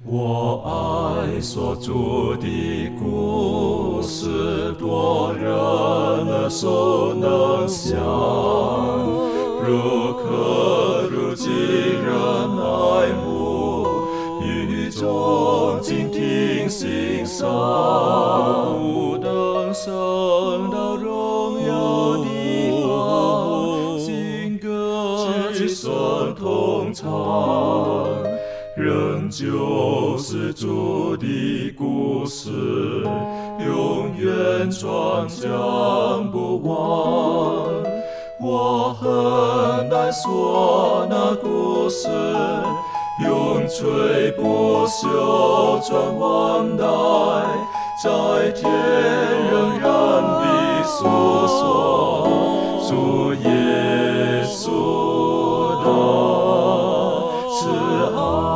我爱所著的故事，多人耳熟能详，如渴如饥人爱慕，语中静听欣赏，不等升到荣耀地方，新歌之声同唱。仍旧是主的故事，永远传讲不完。我很难说那故事，永垂不朽传万代，在天仍然地诉说主耶稣的慈爱。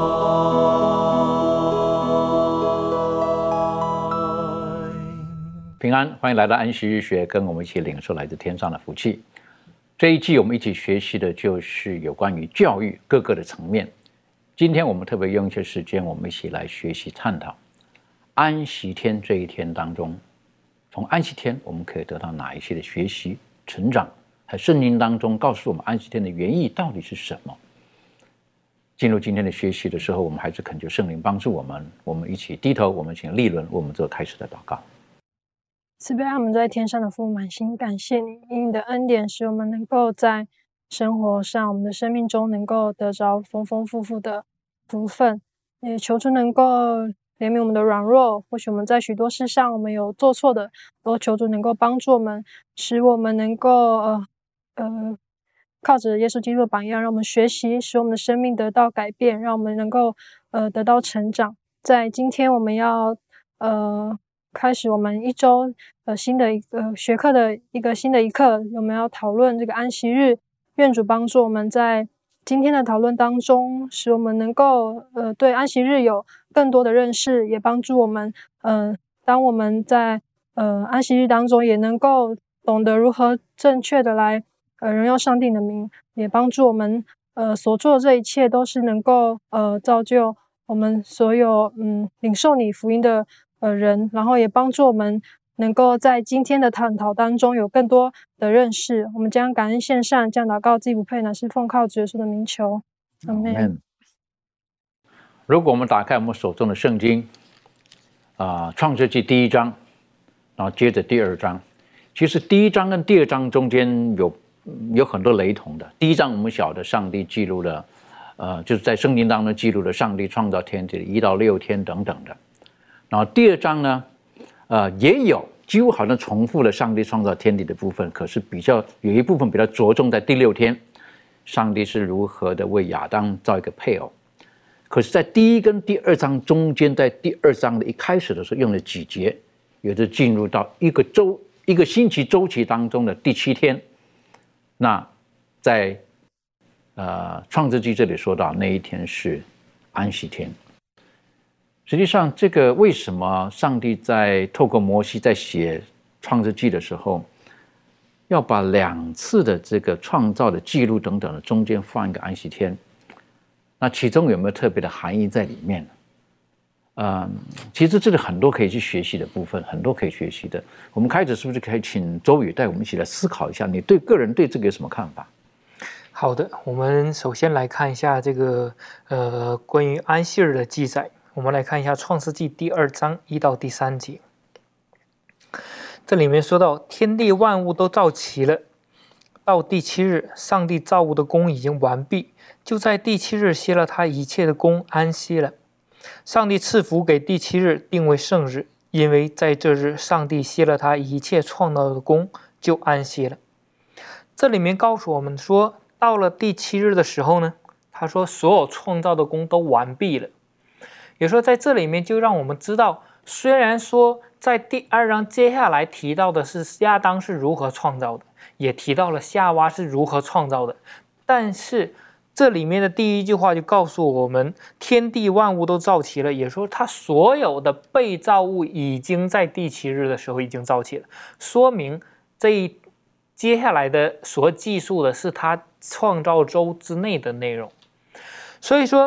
平安，欢迎来到安息日学，跟我们一起领受来自天上的福气。这一季我们一起学习的就是有关于教育各个的层面。今天我们特别用一些时间，我们一起来学习探讨安息天这一天当中，从安息天我们可以得到哪一些的学习成长，还圣经当中告诉我们安息天的原意到底是什么。进入今天的学习的时候，我们还是恳求圣灵帮助我们，我们一起低头，我们请立伦为我们做开始的祷告。 慈悲我们在天上的父，满心感谢你，因你的恩典使我们能够在生活上，我们的生命中能够得着丰丰富富的福分，也求主能够怜悯我们的软弱，或许我们在许多事上我们有做错的，都求主能够帮助我们，使我们能够靠着耶稣基督的榜样，让我们学习，使我们的生命得到改变，让我们能够得到成长。在今天我们要开始我们一周新的一个学课的一个新的一课，我们要讨论这个安息日。愿主帮助我们在今天的讨论当中，使我们能够对安息日有更多的认识，也帮助我们当我们在安息日当中也能够懂得如何正确的来荣耀上帝的名，也帮助我们所做的这一切都是能够造就我们所有领受你福音的人，然后也帮助我们能够在今天的探讨当中有更多的认识。我们将感恩献上，这样祷告自己不配，乃是奉靠主耶稣的名求。阿们。 如果我们打开我们手中的圣经创世纪第1章，然后接着第2章，其实第1章跟第2章中间有很多雷同的。第1章我们晓得上帝记录了就是在圣经当中记录了上帝创造天地的1到6天等等的。然后第2章呢也有几乎好像重复了上帝创造天地的部分，可是有一部分比较着重在第6天，上帝是如何的为亚当造一个配偶。可是在第1跟第2章中间，在第2章的一开始的时候用了几节，也就进入到一个星期周期当中的第7天。那在创世纪这里说到那一天是安息天。实际上这个为什么上帝在透过摩西在写创世纪的时候要把2次的这个创造的记录等等的中间放一个安息天，那其中有没有特别的含义在里面呢？其实这里很多可以去学习的部分，很多可以学习的。我们开始是不是可以请周宇带我们一起来思考一下，你个人对这个有什么看法？ 好的，我们首先来看一下这个关于安息日的记载。我们来看一下创世纪第2章1到第3节。这里面说到天地万物都造齐了，到第7日上帝造物的工已经完毕，就在第7日歇了他一切的工，安息了。上帝赐福给第7日，定为圣日，因为在这日上帝歇了他一切创造的工，就安息了。这里面告诉我们说，到了第7日的时候呢，他说所有创造的工都完毕了。也说在这里面就让我们知道，虽然说在第2章接下来提到的是亚当是如何创造的，也提到了夏娃是如何创造的，但是这里面的第1句话就告诉我们，天地万物都造齐了，也说他所有的被造物已经在第7日的时候已经造齐了，说明接下来的所记述的是他创造周之内的内容。所以说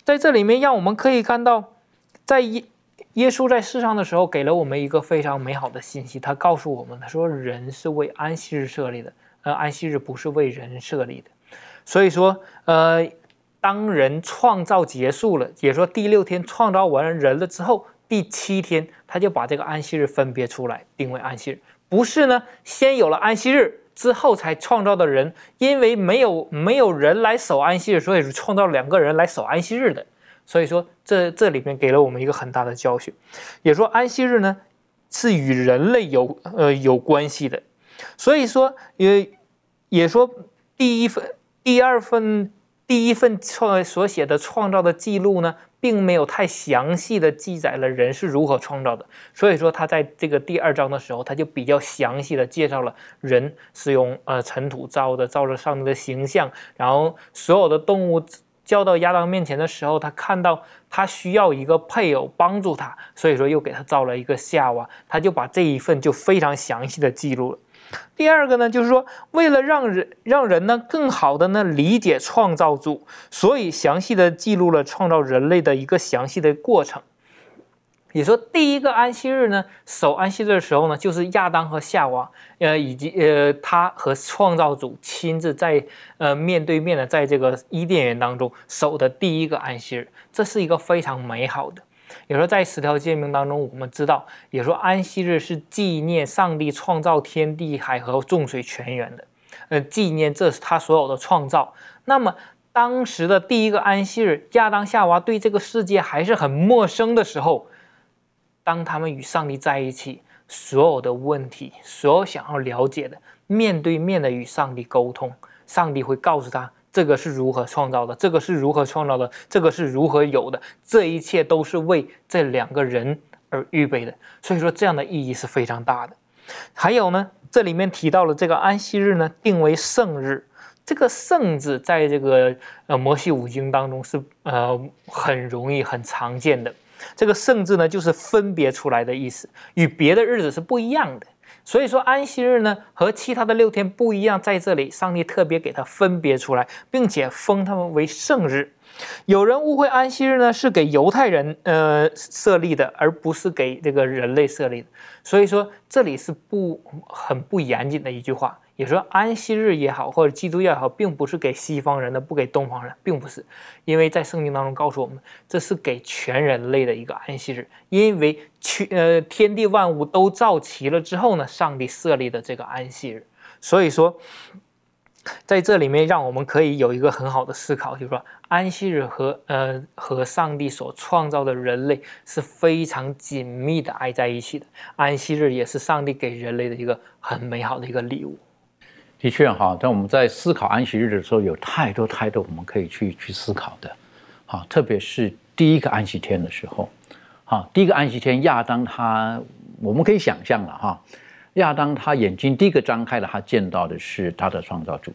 在这里面让我们可以看到，在耶稣在世上的时候，给了我们一个非常美好的信息。他告诉我们，他说人是为安息日设立的，安息日不是为人设立的。所以说，当人创造结束了，也说第6天创造完人了之后，第7天他就把这个安息日分别出来，定为安息日。不是呢，先有了安息日之后才创造的人，因为没有人来守安息日，所以创造2个人来守安息日的。所以说这里面给了我们一个很大的教训，也说安息日呢是与人类有关系的。所以说也说第一份所写的创造的记录呢，并没有太详细的记载了人是如何创造的。所以说他在这个第2章的时候，他就比较详细的介绍了人是用尘土造的，照着上帝的形象，然后所有的动物交到亚当面前的时候，他看到他需要一个配偶帮助他，所以说又给他造了一个夏娃，他就把这一份就非常详细的记录了。第二个呢，就是说为了让人呢更好的呢理解创造主，所以详细的记录了创造人类的一个详细的过程。也说第一个安息日呢，守安息日的时候呢，就是亚当和夏娃，以及他和创造主亲自在面对面的在这个伊甸园当中守的第一个安息日，这是一个非常美好的。也说在10条诫命当中，我们知道，也说安息日是纪念上帝创造天地海和众水泉源的，纪念这是他所有的创造。那么当时的第一个安息日，亚当夏娃对这个世界还是很陌生的时候，当他们与上帝在一起，所有的问题，所有想要了解的，面对面的与上帝沟通，上帝会告诉他这个是如何创造的，这个是如何创造的，这个是如何有的，这一切都是为这2个人而预备的。所以说这样的意义是非常大的。还有呢，这里面提到了这个安息日呢定为圣日，这个圣字在这个摩西五经当中是很容易很常见的。这个圣字呢就是分别出来的意思，与别的日子是不一样的。所以说安息日呢和其他的6天不一样，在这里上帝特别给它分别出来，并且封他们为圣日。有人误会安息日呢是给犹太人设立的，而不是给这个人类设立的。所以说这里是很不严谨的一句话。也说安息日也好，或者基督教也好，并不是给西方人的，不给东方人，并不是。因为在圣经当中告诉我们，这是给全人类的一个安息日。因为天地万物都造齐了之后呢，上帝设立的这个安息日。所以说在这里面让我们可以有一个很好的思考，就是说安息日和上帝所创造的人类是非常紧密的挨在一起的。安息日也是上帝给人类的一个很美好的一个礼物。 的确哈，但我们在思考安息日的时候，有太多我们可以去思考的，特别是第一个安息天的时候，第一个安息天，亚当我们可以想象了亚当他眼睛第一个张开了，他见到的是他的创造主，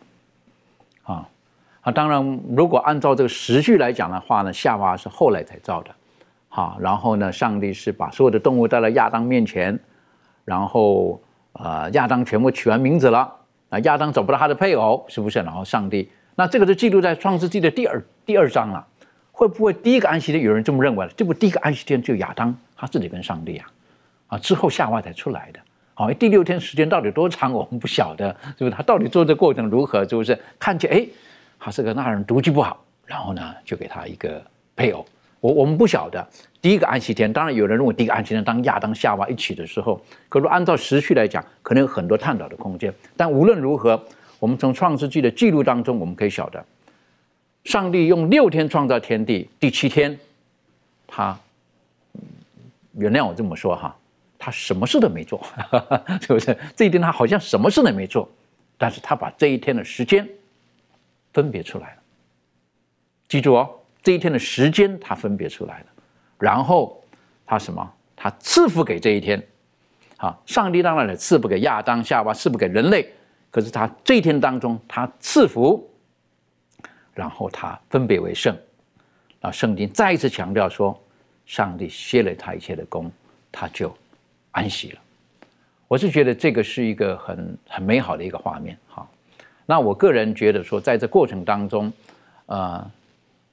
当然如果按照这个时序来讲的话呢，夏娃是后来才造的，然后呢，上帝是把所有的动物带到亚当面前，然后亚当全部取完名字了。亚当找不到他的配偶，是不是？然后上帝，那这个就记录在创世纪的第二章了。会不会第一个安息天有人这么认为了？这不第一个安息天就亚当他自己跟上帝之后夏娃才出来的。第6天时间到底多长我们不晓得，是不是？他到底做这过程如何？是不是？看见他是个那人独居不好，然后呢就给他一个配偶。我们不晓得第一个安息天，当然有人认为第一个安息天当亚当夏娃一起的时候，可是按照时序来讲，可能有很多探讨的空间。但无论如何，我们从创世纪的记录当中，我们可以晓得，上帝用6天创造天地，第7天，他原谅我这么说他什么事都没做，是不是？这一天他好像什么事都没做，但是他把这一天的时间分别出来了。记住这一天的时间他分别出来了，然后他什么？他赐福给这一天。上帝当然也赐福给亚当夏娃，赐福给人类，可是他这一天当中他赐福，然后他分别为圣。圣经再一次强调说，上帝歇了他一切的功，他就安息了。我是觉得这个是一个很美好的一个画面。那我个人觉得说，在这过程当中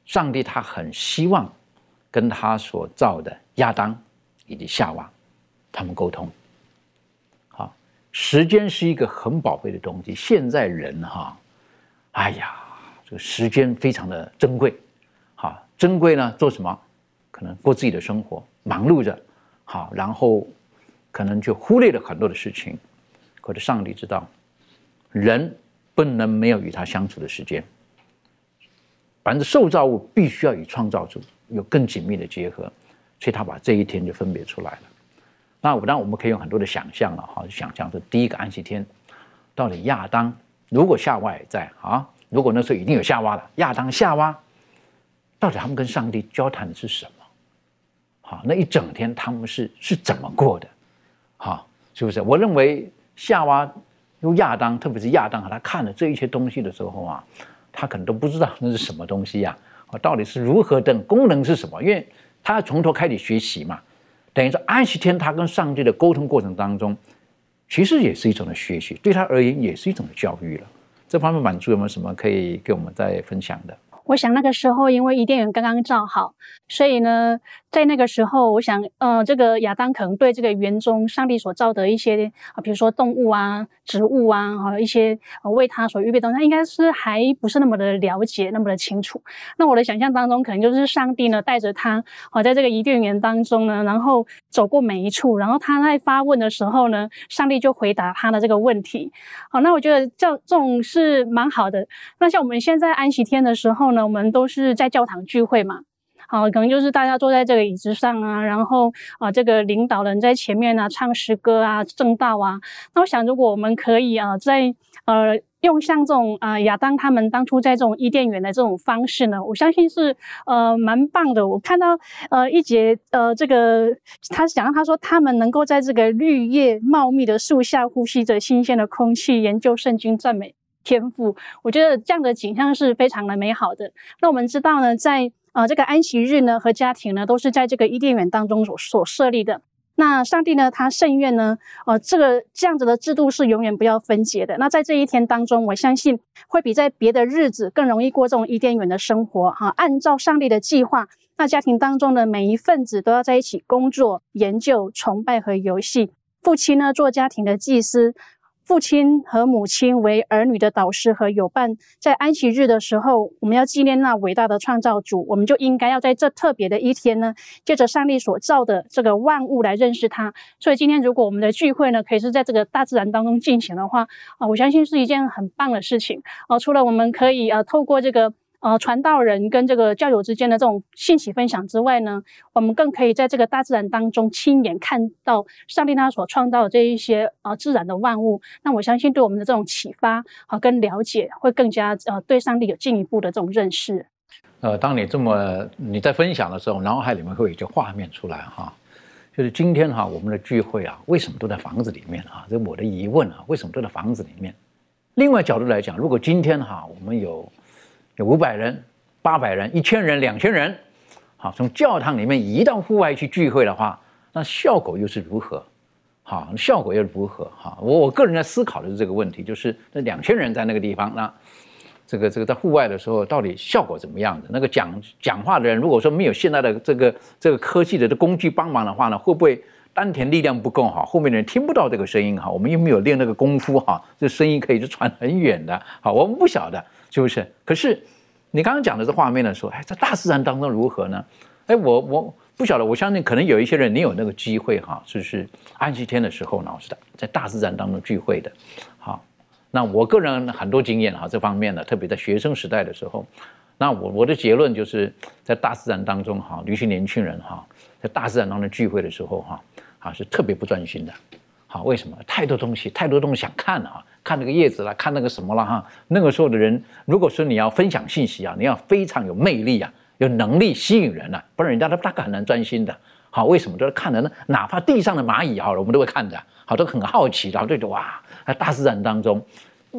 上帝他很希望跟他所造的亚当以及夏娃他们沟通。好，时间是一个很宝贝的东西。现在人哎呀，这个时间非常的珍贵。好，珍贵呢，做什么？可能过自己的生活，忙碌着。好，然后可能就忽略了很多的事情。可是上帝知道，人不能没有与他相处的时间。反正受造物必须要与创造主有更紧密的结合，所以他把这一天就分别出来了。那当然我们可以用很多的想象了想象这第一个安息天，到底亚当如果夏娃也在如果那时候已经有夏娃了，亚当夏娃到底他们跟上帝交谈的是什么？那一整天他们是怎么过的？是不是？我认为夏娃由亚当，特别是亚当他看了这一些东西的时候他可能都不知道那是什么东西到底是如何的功能是什么？因为他要从头开始学习嘛。等于说安息天他跟上帝的沟通过程当中，其实也是一种的学习，对他而言也是一种的教育了。这方面满足有没有什么可以给我们再分享的？ 我想那个时候因为伊甸园刚刚造好，所以呢在那个时候我想这个亚当可能对这个园中上帝所造的一些比如说动物植物一些为他所预备的东西，他应该是还不是那么的了解，那么的清楚。那我的想象当中可能就是上帝呢带着他在这个伊甸园当中呢，然后走过每一处，然后他在发问的时候呢，上帝就回答他的这个问题。那我觉得这种是蛮好的。那像我们现在安息天的时候呢，我们都是在教堂聚会嘛，可能就是大家坐在这个椅子上然后这个领导人在前面唱诗歌正道那我想如果我们可以在用像这种亚当他们当初在这种伊甸园的这种方式呢，我相信是蛮棒的。我看到一节这个他说他们能够在这个绿叶茂密的树下呼吸着新鲜的空气，研究圣经，赞美天父。我觉得这样的景象是非常的美好的。那我们知道呢，在这个安息日呢和家庭呢都是在这个伊甸园当中所设立的。那上帝呢他甚愿呢这样子的制度是永远不要分解的。那在这一天当中，我相信会比在别的日子更容易过这种伊甸园的生活按照上帝的计划，那家庭当中的每一份子都要在一起工作、研究、崇拜和游戏。父亲呢做家庭的祭司，父亲和母亲为儿女的导师和友伴。在安息日的时候，我们要纪念那伟大的创造主，我们就应该要在这特别的一天呢，借着上帝所造的这个万物来认识他。所以今天如果我们的聚会呢可以是在这个大自然当中进行的话我相信是一件很棒的事情除了我们可以透过这个传道人跟这个教友之间的这种信息分享之外呢，我们更可以在这个大自然当中亲眼看到上帝他所创造的这一些自然的万物。那我相信对我们的这种启发跟了解会更加对上帝有进一步的这种认识。 当你在分享的时候，脑海里面会有一个画面出来就是今天我们的聚会为什么都在房子里面这是我的疑问为什么都在房子里面？另外角度来讲，如果今天我们有500人、800人、1000人、2000人，从教堂里面移到户外去聚会的话，那效果又是如何？效果又如何？我个人在思考的是这个问题，就是那2000人在那个地方，那这个在户外的时候，到底效果怎么样的？那个讲话的人，如果说没有现在的这个科技的工具帮忙的话呢，会不会丹田力量不够后面的人听不到这个声音我们又没有练那个功夫这声音可以就传很远的我们不晓得。是不是？可是你刚刚讲的这画面的时候，在大自然当中如何呢？我不晓得，我相信可能有一些人你有那个机会就是安息天的时候呢，是在大自然当中聚会的。那我个人很多经验这方面的，特别在学生时代的时候，那我的结论就是在大自然当中尤其年轻人在大自然当中聚会的时候是特别不专心的。为什么？太多东西想看看那个叶子啦，看那个什么啦那个时候的人，如果说你要分享信息你要非常有魅力有能力吸引人不然人家大概很难专心的。为什么？就是看的呢？哪怕地上的蚂蚁我们都会看着都很好奇，然后就觉得哇，在大自然当中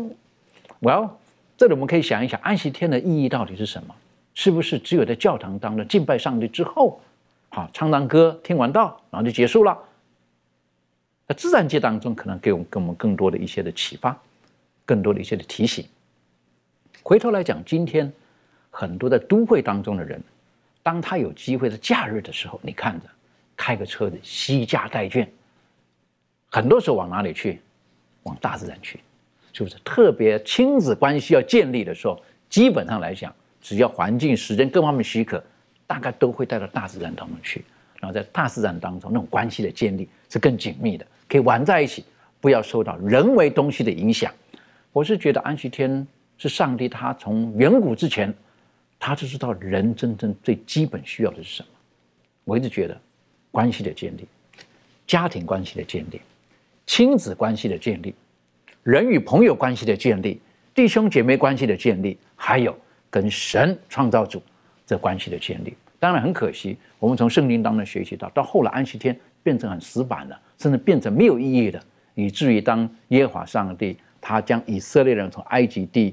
这里我们可以想一想，安息天的意义到底是什么？是不是只有在教堂当中敬拜上帝之后唱唱歌、听完道，然后就结束了？在自然界当中可能给我们更多的一些的启发，更多的一些的提醒。回头来讲，今天很多在都会当中的人，当他有机会在假日的时候，你看着开个车子惜家带眷，很多时候往哪里去？往大自然去，是不是？特别亲子关系要建立的时候，基本上来讲，只要环境、时间各方面许可，大概都会带到大自然当中去。然后在大自然当中，那种关系的建立是更紧密的，可以玩在一起，不要受到人为东西的影响。我是觉得安息天是上帝他从远古之前，他就知道人真正最基本需要的是什么。我一直觉得关系的建立，家庭关系的建立，亲子关系的建立，人与朋友关系的建立，弟兄姐妹关系的建立，还有跟神创造主这关系的建立。当然很可惜，我们从圣经当中学习到后来安息天变成很死板了，甚至变成没有意义的，以至于当耶和华上帝他将以色列人从埃及地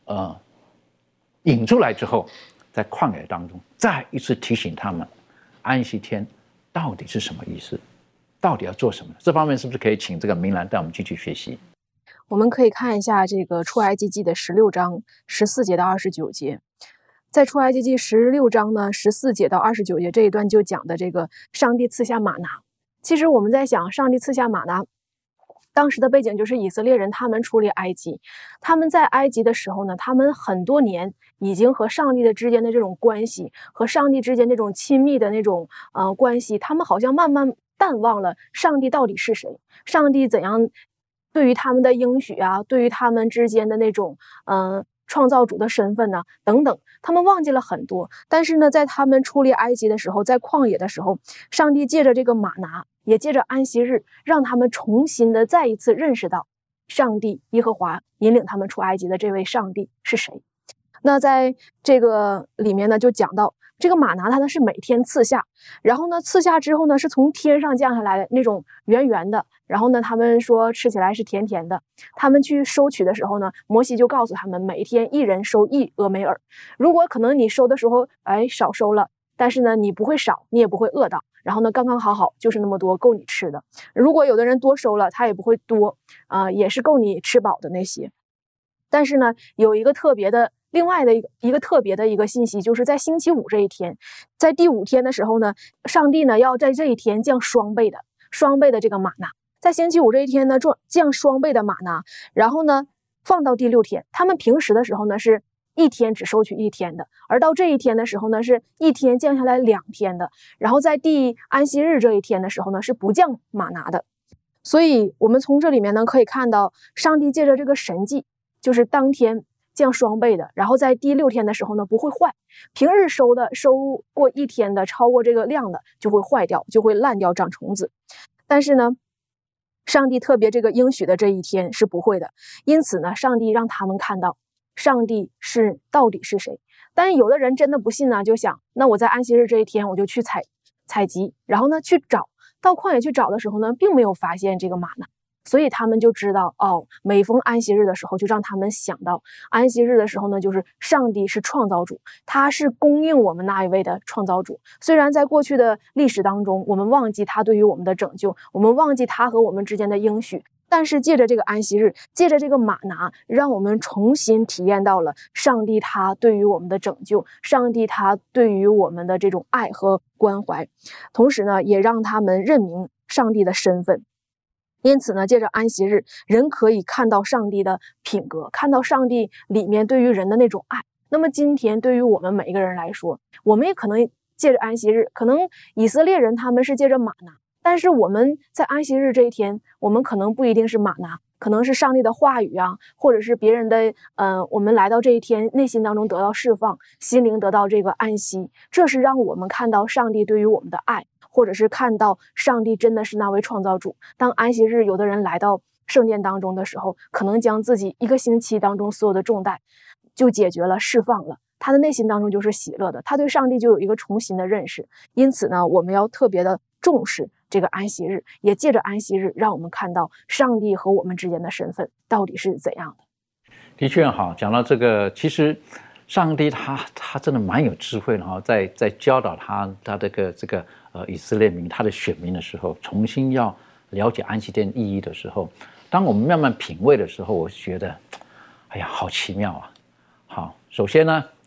引出来之后，在旷野当中再一次提醒他们，安息天到底是什么意思，到底要做什么？这方面是不是可以请这个明兰带我们继续学习？ 我们可以看一下这个出埃及记的16章14节到29节。在出埃及记16章呢14节到29节这一段就讲的这个上帝赐下玛拿。其实我们在想，上帝赐下玛拿，当时的背景就是以色列人他们出离埃及，他们在埃及的时候呢，他们很多年已经和上帝的之间的这种关系，和上帝之间这种亲密的那种关系，他们好像慢慢淡忘了上帝到底是谁，上帝怎样对于他们的应许啊，对于他们之间的那种创造主的身份呢，等等，他们忘记了很多。但是呢，在他们出离埃及的时候，在旷野的时候，上帝借着这个玛拿，也借着安息日，让他们重新的再一次认识到上帝耶和华引领他们出埃及的这位上帝是谁。那在这个里面呢，就讲到这个玛拿它呢是每天赐下，然后呢赐下之后呢是从天上降下来的那种圆圆的，然后呢他们说吃起来是甜甜的。他们去收取的时候呢，摩西就告诉他们，每天一人收1俄梅尔。如果可能你收的时候少收了，但是呢你不会少，你也不会饿到，然后呢刚刚好就是那么多，够你吃的。如果有的人多收了，他也不会多也是够你吃饱的那些。但是呢有一个特别的另外的一个特别的一个信息，就是在星期五这一天，在第5天的时候呢，上帝呢要在这一天降双倍的这个玛拿。在星期五这一天呢降双倍的玛拿，然后呢放到第6天。他们平时的时候呢是1天只收取1天的，而到这一天的时候呢是1天降下来2天的，然后在第安息日这一天的时候呢是不降玛拿的。所以我们从这里面呢可以看到，上帝借着这个神迹，就是当天降双倍的，然后在第6天的时候呢不会坏，平日收过1天的超过这个量的就会坏掉，就会烂掉长虫子。但是呢上帝特别这个应许的这一天是不会的，因此呢上帝让他们看到上帝到底是谁。但是有的人真的不信呢，就想那我在安息日这一天我就去采集，然后呢去找，到旷野去找的时候呢并没有发现这个玛拿。所以他们就知道每逢安息日的时候，就让他们想到安息日的时候呢，就是上帝是创造主，他是供应我们那一位的创造主。虽然在过去的历史当中，我们忘记他对于我们的拯救，我们忘记他和我们之间的应许，但是借着这个安息日，借着这个玛拿，让我们重新体验到了上帝他对于我们的拯救，上帝他对于我们的这种爱和关怀，同时呢也让他们认明上帝的身份。因此呢，借着安息日，人可以看到上帝的品格，看到上帝里面对于人的那种爱。那么今天对于我们每一个人来说，我们也可能借着安息日，可能以色列人他们是借着玛拿，但是我们在安息日这一天，我们可能不一定是玛拿，可能是上帝的话语啊，或者是别人的我们来到这一天内心当中得到释放，心灵得到这个安息，这是让我们看到上帝对于我们的爱，或者是看到上帝真的是那位创造主。当安息日有的人来到圣殿当中的时候，可能将自己1个星期当中所有的重担就解决了，释放了，他的内心当中就是喜乐的，他对上帝就有一个重新的认识。因此呢，我们要特别的重视这个安息日，也借着安息日让我们看到上帝和我们之间的身份到底是怎样的。 的确好，讲到这个，其实上帝他真的蛮有智慧的哈，在教导他这个以色列民他的选民的时候，重新要了解安息天意义的时候，当我们慢慢品味的时候，我觉得，哎呀，好奇妙啊！好，首先呢，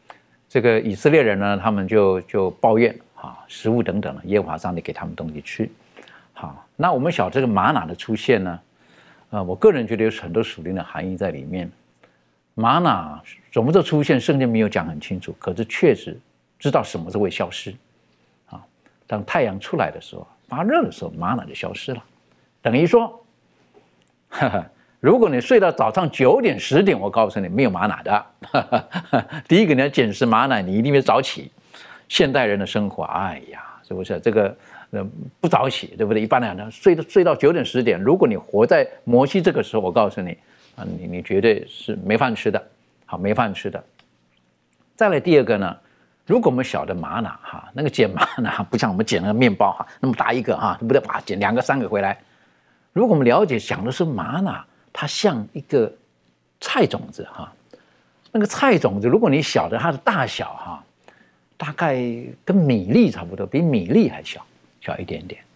这个以色列人呢，他们就抱怨食物等等，耶和华上帝给他们东西吃。好，那我们晓得这个玛瑙的出现呢，我个人觉得有很多属灵的含义在里面。玛瑙什么时候出现，圣经没有讲很清楚，可是确实知道什么时候会消失。当太阳出来的时候，发热的时候，玛瑙就消失了。等于说，如果你睡到早上9点10点，我告诉你没有玛瑙的。第一个你要捡拾玛瑙，你一定要早起。现代人的生活，哎呀，是不是这个不早起，对不对？一般来讲，睡到9点10点，如果你活在摩西这个时候，我告诉你你绝对是没饭吃的，好，没饭吃的。再来第二个呢，如果我们晓得玛瑙那个捡玛瑙不像我们捡那个面包那么大一个对不对？捡2个3个回来。如果我们了解想的是玛瑙，它像一个菜种子那个菜种子，如果你晓得它的大小大概跟米粒差不多，比米粒还小一点点。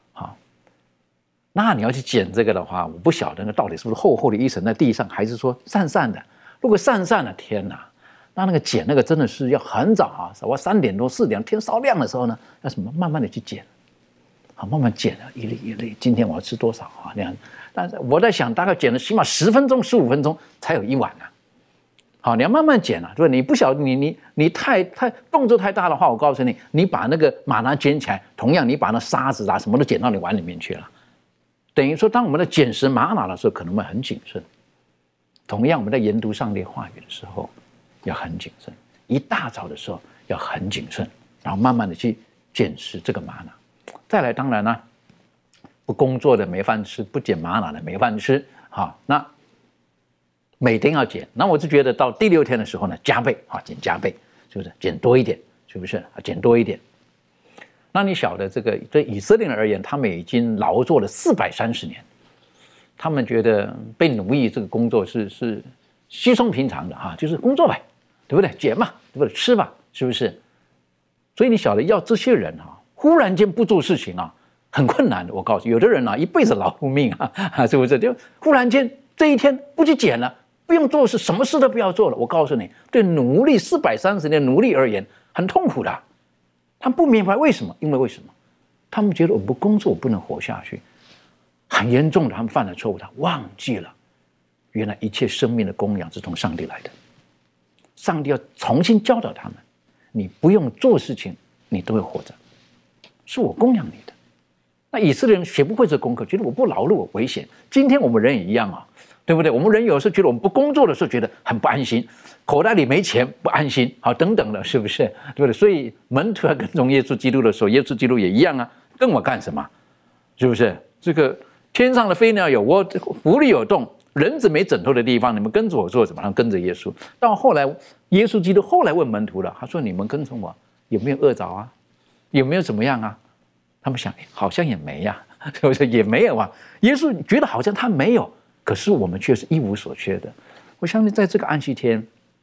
那你要去捡这个的话，我不晓得那到底是不是厚厚的一层在地上，还是说散散的。如果散散的，天哪！那个捡那个真的是要很早我3点多4点天稍亮的时候呢，要什么慢慢的去捡，慢慢捡一粒一粒。今天我要吃多少那样？但是我在想，大概捡了起码10分钟15分钟才有一碗好，你要慢慢捡对吧？你不晓得你太动作太大的话，我告诉你，你把那个玛瑙捡起来，同样你把那沙子什么都捡到你碗里面去了。等于说，当我们在捡拾玛瑙的时候，可能会很谨慎。同样，我们在研读上帝话语的时候，要很谨慎。一大早的时候要很谨慎，然后慢慢的去捡拾这个玛瑙。再来，当然呢，不工作的没饭吃，不捡玛瑙的没饭吃。那每天要捡。那我就觉得到第6天的时候呢，加倍捡加倍，是不是？捡多一点，是不是？捡多一点。那你晓得这个对以色列人而言，他们已经劳作了430年，他们觉得被奴役这个工作是稀松平常的就是工作呗，对不对？捡嘛，对不对？吃吧，是不是？所以你晓得要这些人忽然间不做事情很困难的。我告诉你，有的人一辈子劳碌命是不是？就忽然间这一天不去捡了，不用做事，什么事都不要做了。我告诉你，对奴隶430年奴隶而言很痛苦的。他们不明白为什么，因为为什么？他们觉得我不工作我不能活下去，很严重的，他们犯了错误，他忘记了原来一切生命的供养是从上帝来的。上帝要重新教导他们，你不用做事情，你都会活着，是我供养你的。那以色列人学不会这功课，觉得我不劳碌危险。今天我们人也一样对不对？我们人有时候觉得我们不工作的时候觉得很不安心，口袋里没钱不安心，等等的，是不是？对不对？所以门徒要跟从耶稣基督的时候，耶稣基督也一样跟我干什么？是不是？这个天上的飞鸟有窝，湖里有洞，人子没枕头的地方，你们跟着我做什么？他们跟着耶稣。到后来，耶稣基督后来问门徒了，他说：“你们跟从我有没有饿着有没有怎么样他们想，好像也没是不是？也没有耶稣觉得好像他没有。可是我们却是一无所缺的。我相信在这个安息天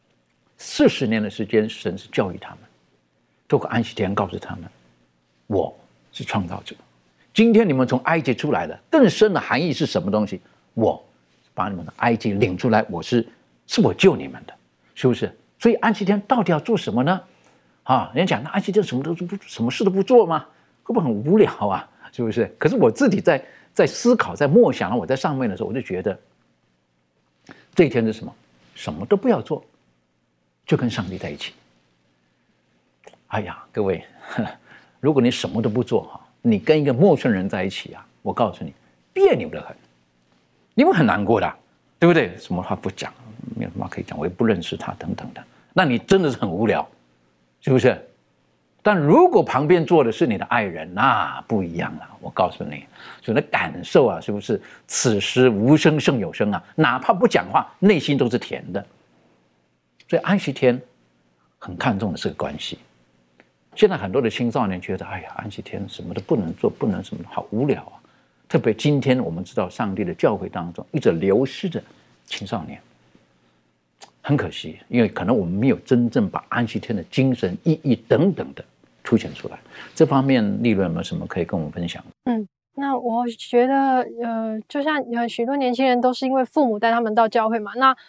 40年的时间，神是教育他们，透过安息天告诉他们，我是创造者。今天你们从埃及出来的，更深的含义是什么东西？我把你们的埃及领出来，是我救你们的，是不是？所以安息天到底要做什么呢？人家讲那安息天什么事都不做吗？会不会很无聊是不是？可是我自己在思考，在默想，我在上面的时候，我就觉得这一天是什么？什么都不要做，就跟上帝在一起。哎呀，各位，如果你什么都不做你跟一个陌生人在一起我告诉你，别扭得很，你会很难过的，对不对？什么话不讲，没有什么话可以讲，我也不认识他等等的，那你真的是很无聊，是不是？但如果旁边坐的是你的爱人，那不一样了。我告诉你，所以那感受是不是此时无声胜有声哪怕不讲话，内心都是甜的。所以安息天很看重的是个关系。现在很多的青少年觉得，哎呀，安息天什么都不能做，不能什么，好无聊特别今天我们知道，上帝的教会当中一直流失着青少年，很可惜，因为可能我们没有真正把安息天的精神意义等等的凸显出来。这方面立伦有没有什么可以跟我们分享？ 那我觉得就像许多年轻人都是因为父母带他们到教会嘛，那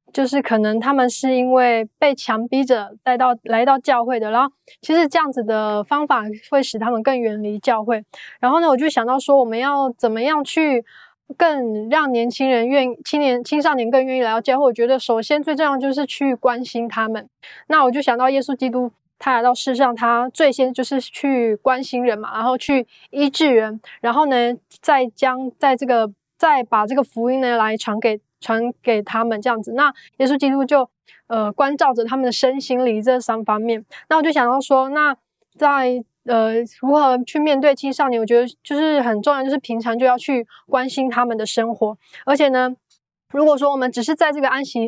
就是可能他们是因为被强逼着来到教会的，然后其实这样子的方法会使他们更远离教会。然后呢，我就想到说，我们要怎么样去更让年轻人青少年更愿意来到教会？我觉得首先最重要就是去关心他们。那我就想到耶稣基督，他来到世上，他最先就是去关心人嘛，然后去医治人，然后呢，再把这个福音呢来传给他们这样子。那耶稣基督就关照着他们的身心灵这3方面。那我就想到说，那在如何去面对青少年，我觉得就是很重要，就是平常就要去关心他们的生活。而且呢，如果说我们只是在这个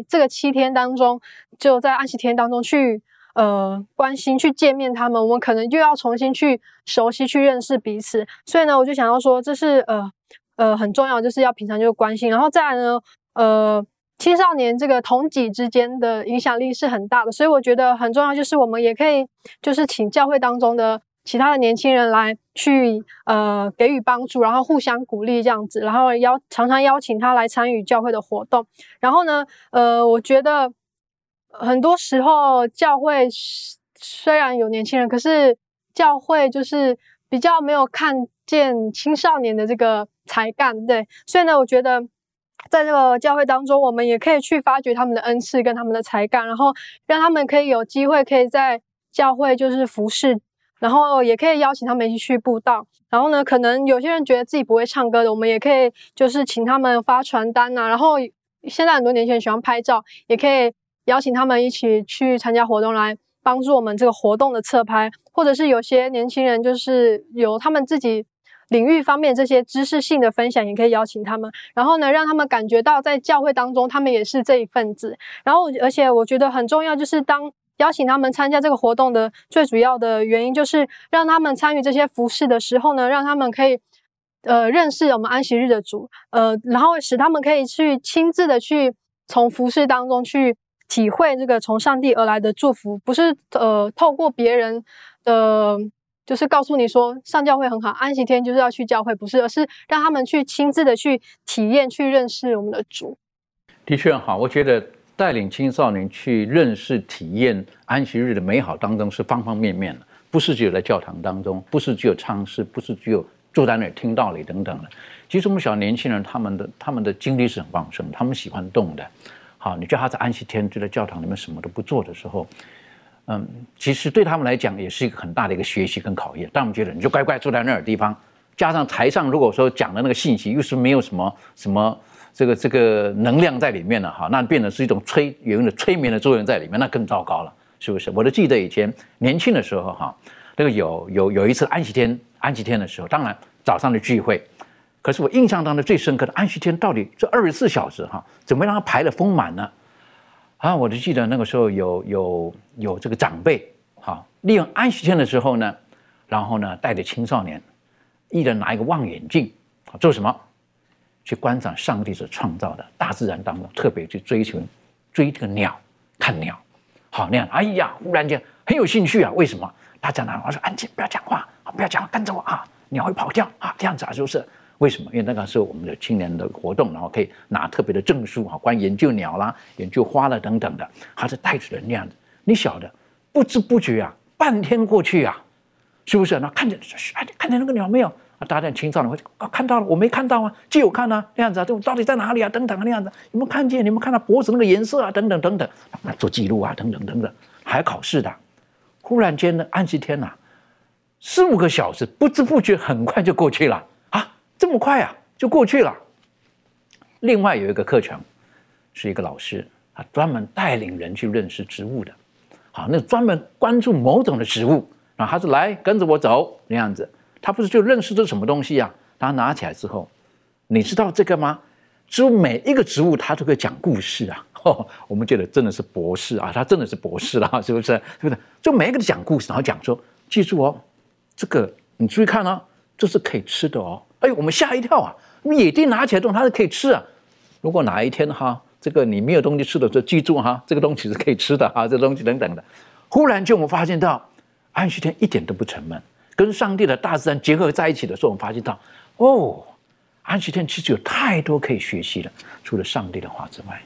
7天当中，就在安息天当中去关心去见面他们，我们可能就要重新去熟悉去认识彼此。所以呢，我就想要说，这是很重要，就是要平常就关心。然后再来呢，青少年这个同己之间的影响力是很大的，所以我觉得很重要，就是我们也可以就是请教会当中的其他的年轻人来去给予帮助，然后互相鼓励这样子，然后常常邀请他来参与教会的活动。然后呢，我觉得很多时候教会虽然有年轻人，可是教会就是比较没有看见青少年的这个才干，对，所以呢，我觉得在这个教会当中，我们也可以去发掘他们的恩赐跟他们的才干，然后让他们可以有机会可以在教会就是服侍，然后也可以邀请他们一起去布道。然后呢，可能有些人觉得自己不会唱歌的，我们也可以就是请他们发传单啊，然后现在很多年轻人喜欢拍照，也可以邀请他们一起去参加活动，来帮助我们这个活动的侧拍，或者是有些年轻人就是有他们自己领域方面这些知识性的分享，也可以邀请他们，然后呢，让他们感觉到在教会当中他们也是这一份子。然后而且我觉得很重要，就是当邀请他们参加这个活动的最主要的原因，就是让他们参与这些服事的时候呢，让他们可以认识我们安息日的主，然后使他们可以去亲自的去从服事当中去体会这个从上帝而来的祝福，不是透过别人的就是告诉你说上教会很好，安息天就是要去教会，不是，而是让他们去亲自的去体验去认识我们的主。 的确好，我觉得带领青少年去认识体验安息日的美好当中是方方面面的，不是只有在教堂当中，不是只有唱诗，不是只有坐在那里听道理等等的。其实我们小年轻人他们的精力是很旺盛，他们喜欢动的。好，你叫他在安息天就在教堂里面什么都不做的时候，其实对他们来讲也是一个很大的一个学习跟考验。但我们觉得你就乖乖坐在那儿的地方，加上台上如果说讲的那个信息又是没有什么这个能量在里面了哈，那变成是一种有一种催眠的作用在里面，那更糟糕了，是不是？我都记得以前年轻的时候哈，那个有一次安息天的时候，当然早上的聚会。可是我印象当中最深刻的安息天，到底这24小时哈，怎么让它排得丰满呢？啊，我就记得那个时候有这个长辈哈，利用安息天的时候呢，然后呢带着青少年，一人拿一个望远镜，做什么？去观赏上帝所创造的大自然当中，特别去追这个鸟，看鸟，好那样，哎呀，忽然间很有兴趣啊！为什么？大家呢，我说安静，不要讲话，不要讲话，跟着我啊！鸟会跑掉啊，这样子啊，是不是？为什么？因为那个是我们的青年的活动，然后可以拿特别的证书啊，关于研究鸟啦、研究花啦等等的，他是带着人那样子。你晓得，不知不觉啊，半天过去啊，是不是？那看见那个鸟没有？啊，大家青少年会看到了，我没看到啊，就有看啊，那样子啊，这到底在哪里啊？等等啊，那样子，有没有看见？有没有看到脖子那个颜色啊？等等等等，那做记录啊，等等等等，还考试的。忽然间呢，安息天呐，4-5个小时，不知不觉很快就过去了。这么快啊，就过去了。另外有一个课程，是一个老师，他专门带领人去认识植物的。好，那专门关注某种的植物，然后他是来跟着我走那样子。他不是就认识这什么东西啊？他拿起来之后，你知道这个吗？植物每一个植物他都可以讲故事啊。我们觉得真的是博士啊，他真的是博士了，是不是？对不对？就每一个都讲故事，然后讲说，记住哦，这个你注意看哦，这是可以吃的哦。哎，我们吓一跳啊！野地拿起来东西它是可以吃啊。如果哪一天哈，这个你没有东西吃的时候，记住哈，这个东西是可以吃的哈，这个东西等等的。忽然间我们发现到，安息天一点都不沉闷，跟上帝的大自然结合在一起的时候，我们发现到，哦，安息天其实有太多可以学习了。除了上帝的话之外，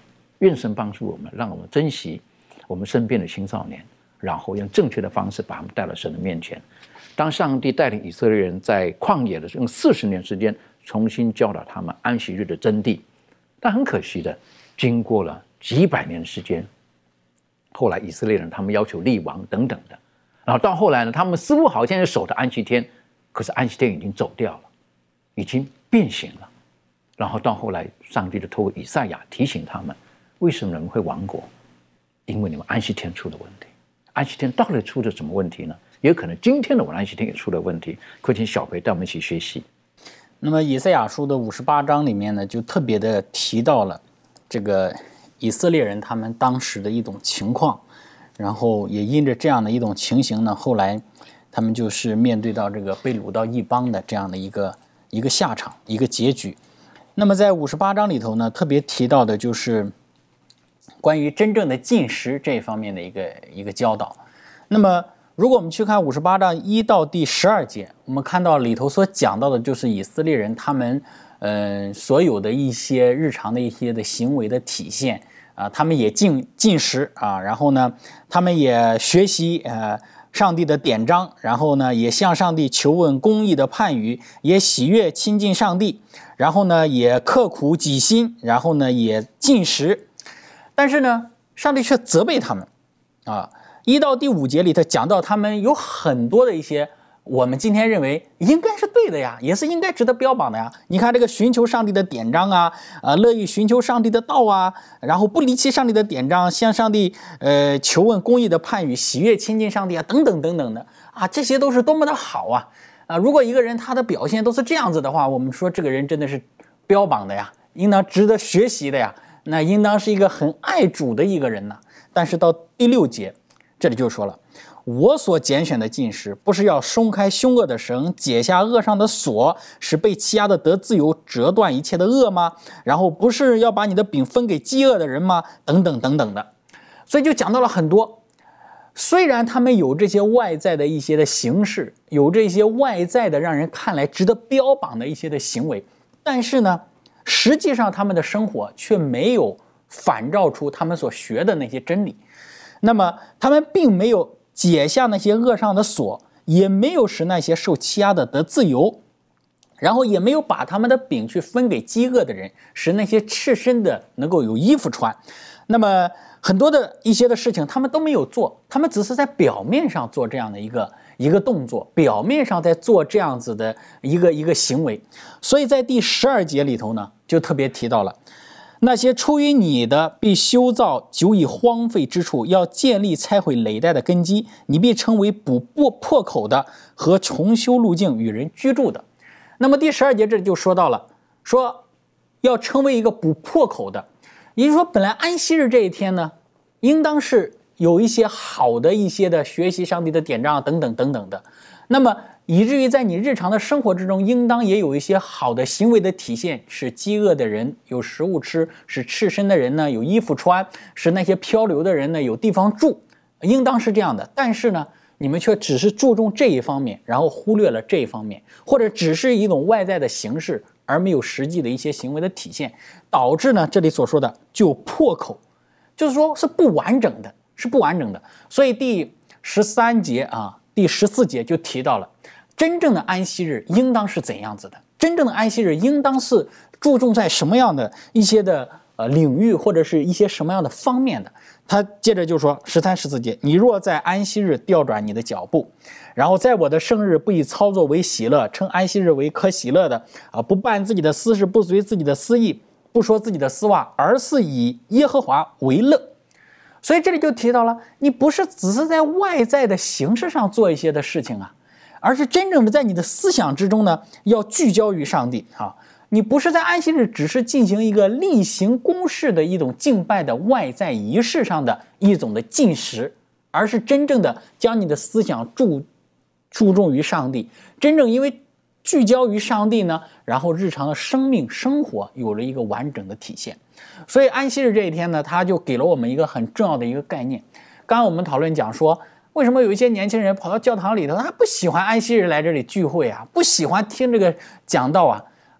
愿神帮助我们，让我们珍惜我们身边的青少年，然后用正确的方式把他们带到神的面前。当上帝带领以色列人在旷野的时候，用40年时间重新教导他们安息日的真谛，但很可惜的，经过了几百年时间，后来以色列人他们要求立王等等的，然后到后来呢，他们似乎好像是守着安息天，可是安息天已经走掉了，已经变形了。然后到后来，上帝就透过以赛亚提醒他们，为什么你们会亡国？因为你们安息天出了问题。安息天到底出了什么问题呢？也可能今天的我们安息天也出了问题。恳请小培带我们一起学习。 那么以赛亚书的58章里面呢，就特别的提到了这个以色列人他们当时的一种情况，然后也因着这样的一种情形呢，后来他们就是面对到这个被掳到异邦的这样的一个下场，一个结局。那么在58章里头呢，特别提到的就是关于真正的禁食这一方面的一个教导。那么如果我们去看58章1到第12节，我们看到里头所讲到的就是以色列人他们所有的一些日常的一些的行为的体现啊，他们也禁食啊，然后呢，他们也学习上帝的典章，然后呢，也向上帝求问公义的判语，也喜悦亲近上帝，然后呢，也刻苦己心，然后呢，也禁食。但是呢，上帝却责备他们啊。1到第5节里头讲到他们有很多的一些我们今天认为应该是对的呀，也是应该值得标榜的呀。你看这个寻求上帝的典章啊，乐意寻求上帝的道啊，然后不离弃上帝的典章，向上帝求问公义的判语，喜悦亲近上帝啊，等等等等的啊，这些都是多么的好啊！如果一个人他的表现都是这样子的话，我们说这个人真的是标榜的呀，应当值得学习的呀，那应当是一个很爱主的一个人呐。但是到第6节这里就说了，我所拣选的禁食，不是要松开凶恶的绳，解下恶上的锁，使被欺压的得自由，折断一切的恶吗？然后不是要把你的饼分给饥饿的人吗？等等等等的。所以就讲到了很多，虽然他们有这些外在的一些的形式，有这些外在的让人看来值得标榜的一些的行为，但是呢，实际上他们的生活却没有反照出他们所学的那些真理。那么他们并没有解下那些恶上的锁，也没有使那些受欺压的得自由，然后也没有把他们的饼去分给饥饿的人，使那些赤身的能够有衣服穿。那么很多的一些的事情他们都没有做，他们只是在表面上做这样的一个动作，表面上在做这样子的一个行为。所以在第12节里头呢，就特别提到了，那些出于你的必修造久已荒废之处，要建立拆毁累代的根基，你必成为补破口的和重修路径与人居住的。那么第12节这里就说到了，说要成为一个补破口的，也就是说本来安息日这一天呢，应当是有一些好的一些的学习上帝的典章等等等等的，那么以至于在你日常的生活之中，应当也有一些好的行为的体现，使饥饿的人有食物吃，使赤身的人呢有衣服穿，使那些漂流的人呢有地方住，应当是这样的。但是呢，你们却只是注重这一方面，然后忽略了这一方面，或者只是一种外在的形式，而没有实际的一些行为的体现，导致呢这里所说的就破口，就是说是不完整的，是不完整的。所以第13节啊，第14节就提到了，真正的安息日应当是怎样子的？真正的安息日应当是注重在什么样的一些的领域，或者是一些什么样的方面的？他接着就说13、14节，你若在安息日调转你的脚步，然后在我的圣日不以操作为喜乐，称安息日为可喜乐的不办自己的私事，不随自己的私意，不说自己的丝袜，而是以耶和华为乐。所以这里就提到了，你不是只是在外在的形式上做一些的事情啊，而是真正的在你的思想之中呢，要聚焦于上帝啊。你不是在安息日只是进行一个例行公事的一种敬拜的外在仪式上的一种的进食，而是真正的将你的思想注重于上帝，真正因为聚焦于上帝呢，然后日常的生命生活有了一个完整的体现。所以安息日这一天呢，他就给了我们一个很重要的一个概念。刚刚我们讨论讲说，为什么有一些年轻人跑到教堂里头，他不喜欢安息日来这里聚会啊，不喜欢听这个讲道啊？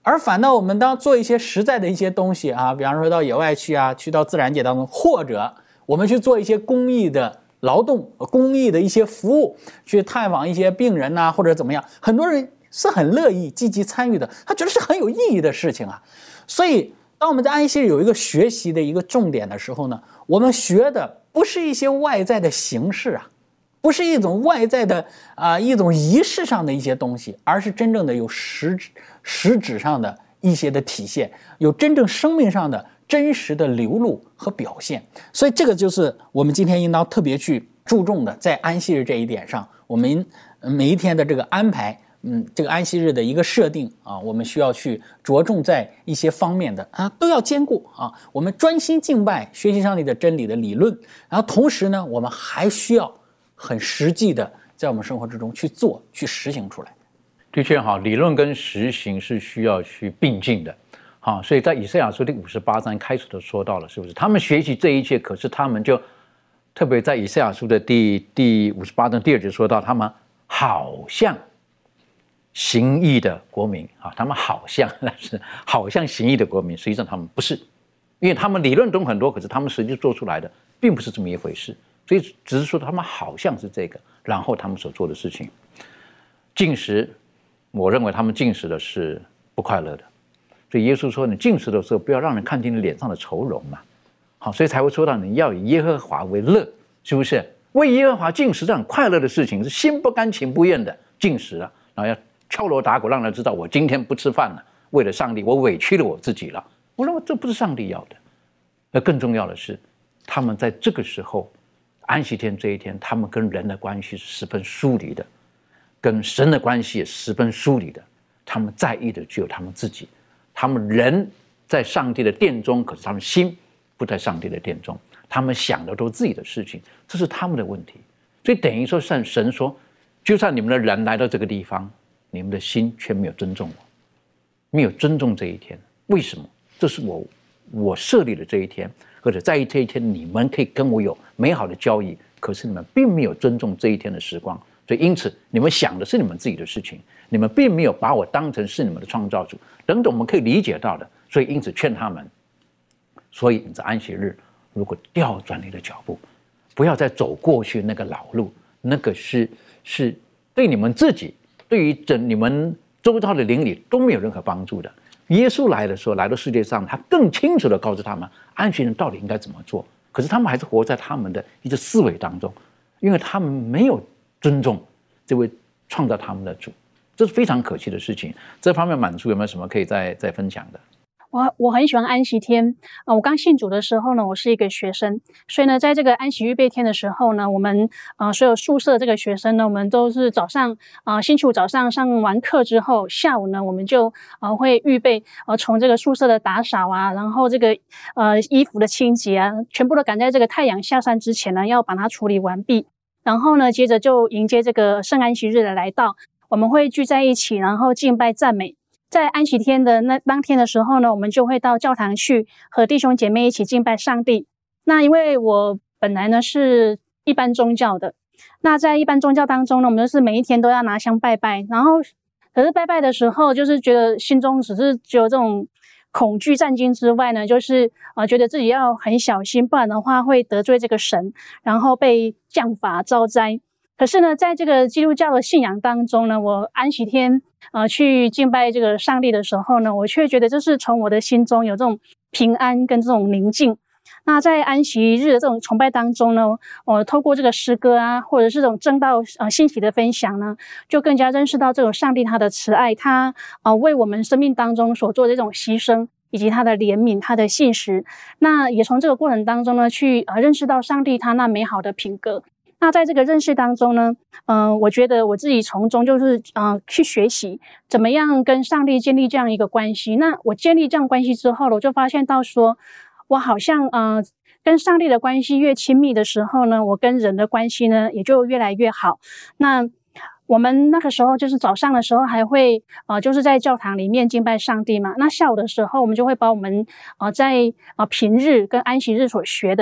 而反倒我们当做一些实在的一些东西啊，比方说到野外去啊，去到自然界当中，或者我们去做一些公益的劳动、公益的一些服务，去探访一些病人呐，或者怎么样，很多人是很乐意积极参与的，他觉得是很有意义的事情啊。所以当我们在安息日有一个学习的一个重点的时候呢，我们学的不是一些外在的形式啊，不是一种外在的一种仪式上的一些东西，而是真正的有实质上的一些的体现，有真正生命上的真实的流露和表现。所以这个就是我们今天应当特别去注重的，在安息日这一点上，我们每一天的这个安排，这个安息日的一个设定啊，我们需要去着重在一些方面的都要兼顾啊。我们专心敬拜，学习上帝的真理的理论，然后同时呢，我们还需要很实际的在我们生活之中去做，去实行出来。 的确哈，理论跟实行是需要去并进的。好，所以在以赛亚书第58章开始都说到了，是不是？他们学习这一切，可是他们就特别在以赛亚书的第58章第2节说到，他们好像行义的国民啊，他们好像行义的国民，实际上他们不是，因为他们理论懂很多，可是他们实际做出来的并不是这么一回事，所以只是说他们好像是这个，然后他们所做的事情，禁食，我认为他们禁食的是不快乐的。所以耶稣说，你禁食的时候不要让人看见你脸上的愁容嘛，好，所以才会说到你要以耶和华为乐，是不是？为耶和华禁食这样快乐的事情，是心不甘情不愿的禁食了，然后要敲锣打鼓让人知道我今天不吃饭了，为了上帝我委屈了我自己了。我认为这不是上帝要的。而更重要的是，他们在这个时候安息天这一天，他们跟人的关系是十分疏离的，跟神的关系也十分疏离的，他们在意的只有他们自己。他们人在上帝的殿中，可是他们心不在上帝的殿中，他们想的都是自己的事情，这是他们的问题。所以等于说，神说，就算你们的人来到这个地方，你们的心却没有尊重我，没有尊重这一天。为什么？这是我设立的这一天，或者在这一天你们可以跟我有美好的交易，可是你们并没有尊重这一天的时光。所以因此你们想的是你们自己的事情，你们并没有把我当成是你们的创造主等等，我们可以理解到的。所以因此劝他们，所以你在安息日如果调转你的脚步，不要再走过去那个老路，那个是对你们自己，对于你们周遭的邻里都没有任何帮助的。耶稣来的时候，来到世界上，他更清楚地告诉他们安息日到底应该怎么做，可是他们还是活在他们的一个思维当中，因为他们没有尊重这位创造他们的主，这是非常可惜的事情。这方面满处有没有什么可以再分享的？ 我很喜欢安息天。我刚信主的时候呢，我是一个学生，所以呢，在这个安息预备天的时候呢，我们所有宿舍这个学生呢，我们都是早上星期五早上上完课之后，下午呢，我们就会预备从这个宿舍的打扫啊，然后这个衣服的清洁啊，全部都赶在这个太阳下山之前呢，要把它处理完毕。然后呢，接着就迎接这个圣安息日的来到，我们会聚在一起，然后敬拜赞美。在安息天的当天的时候呢，我们就会到教堂去和弟兄姐妹一起敬拜上帝。那因为我本来呢是一般宗教的，那在一般宗教当中呢，我们就是每一天都要拿香拜拜，然后可是拜拜的时候，就是觉得心中只有这种恐惧战惊之外呢，就是觉得自己要很小心，不然的话会得罪这个神，然后被降罚遭灾。可是呢，在这个基督教的信仰当中呢，我安息天去敬拜这个上帝的时候呢，我却觉得就是从我的心中有这种平安跟这种宁静。那在安息日的这种崇拜当中呢，我透过这个诗歌啊，或者是这种正道信息的分享呢，就更加认识到这种上帝他的慈爱，他为我们生命当中所做的这种牺牲，以及他的怜悯，他的信实。那也从这个过程当中呢，去认识到上帝他那美好的品格。那在这个认识当中呢，我觉得我自己从中就是去学习怎么样跟上帝建立这样一个关系。那我建立这样关系之后，我就发现到说，我好像跟上帝的关系越亲密的时候呢，我跟人的关系呢也就越来越好。那我们那个时候就是早上的时候还会就是在教堂里面敬拜上帝嘛。那下午的时候，我们就会把我们在平日跟安息日所学的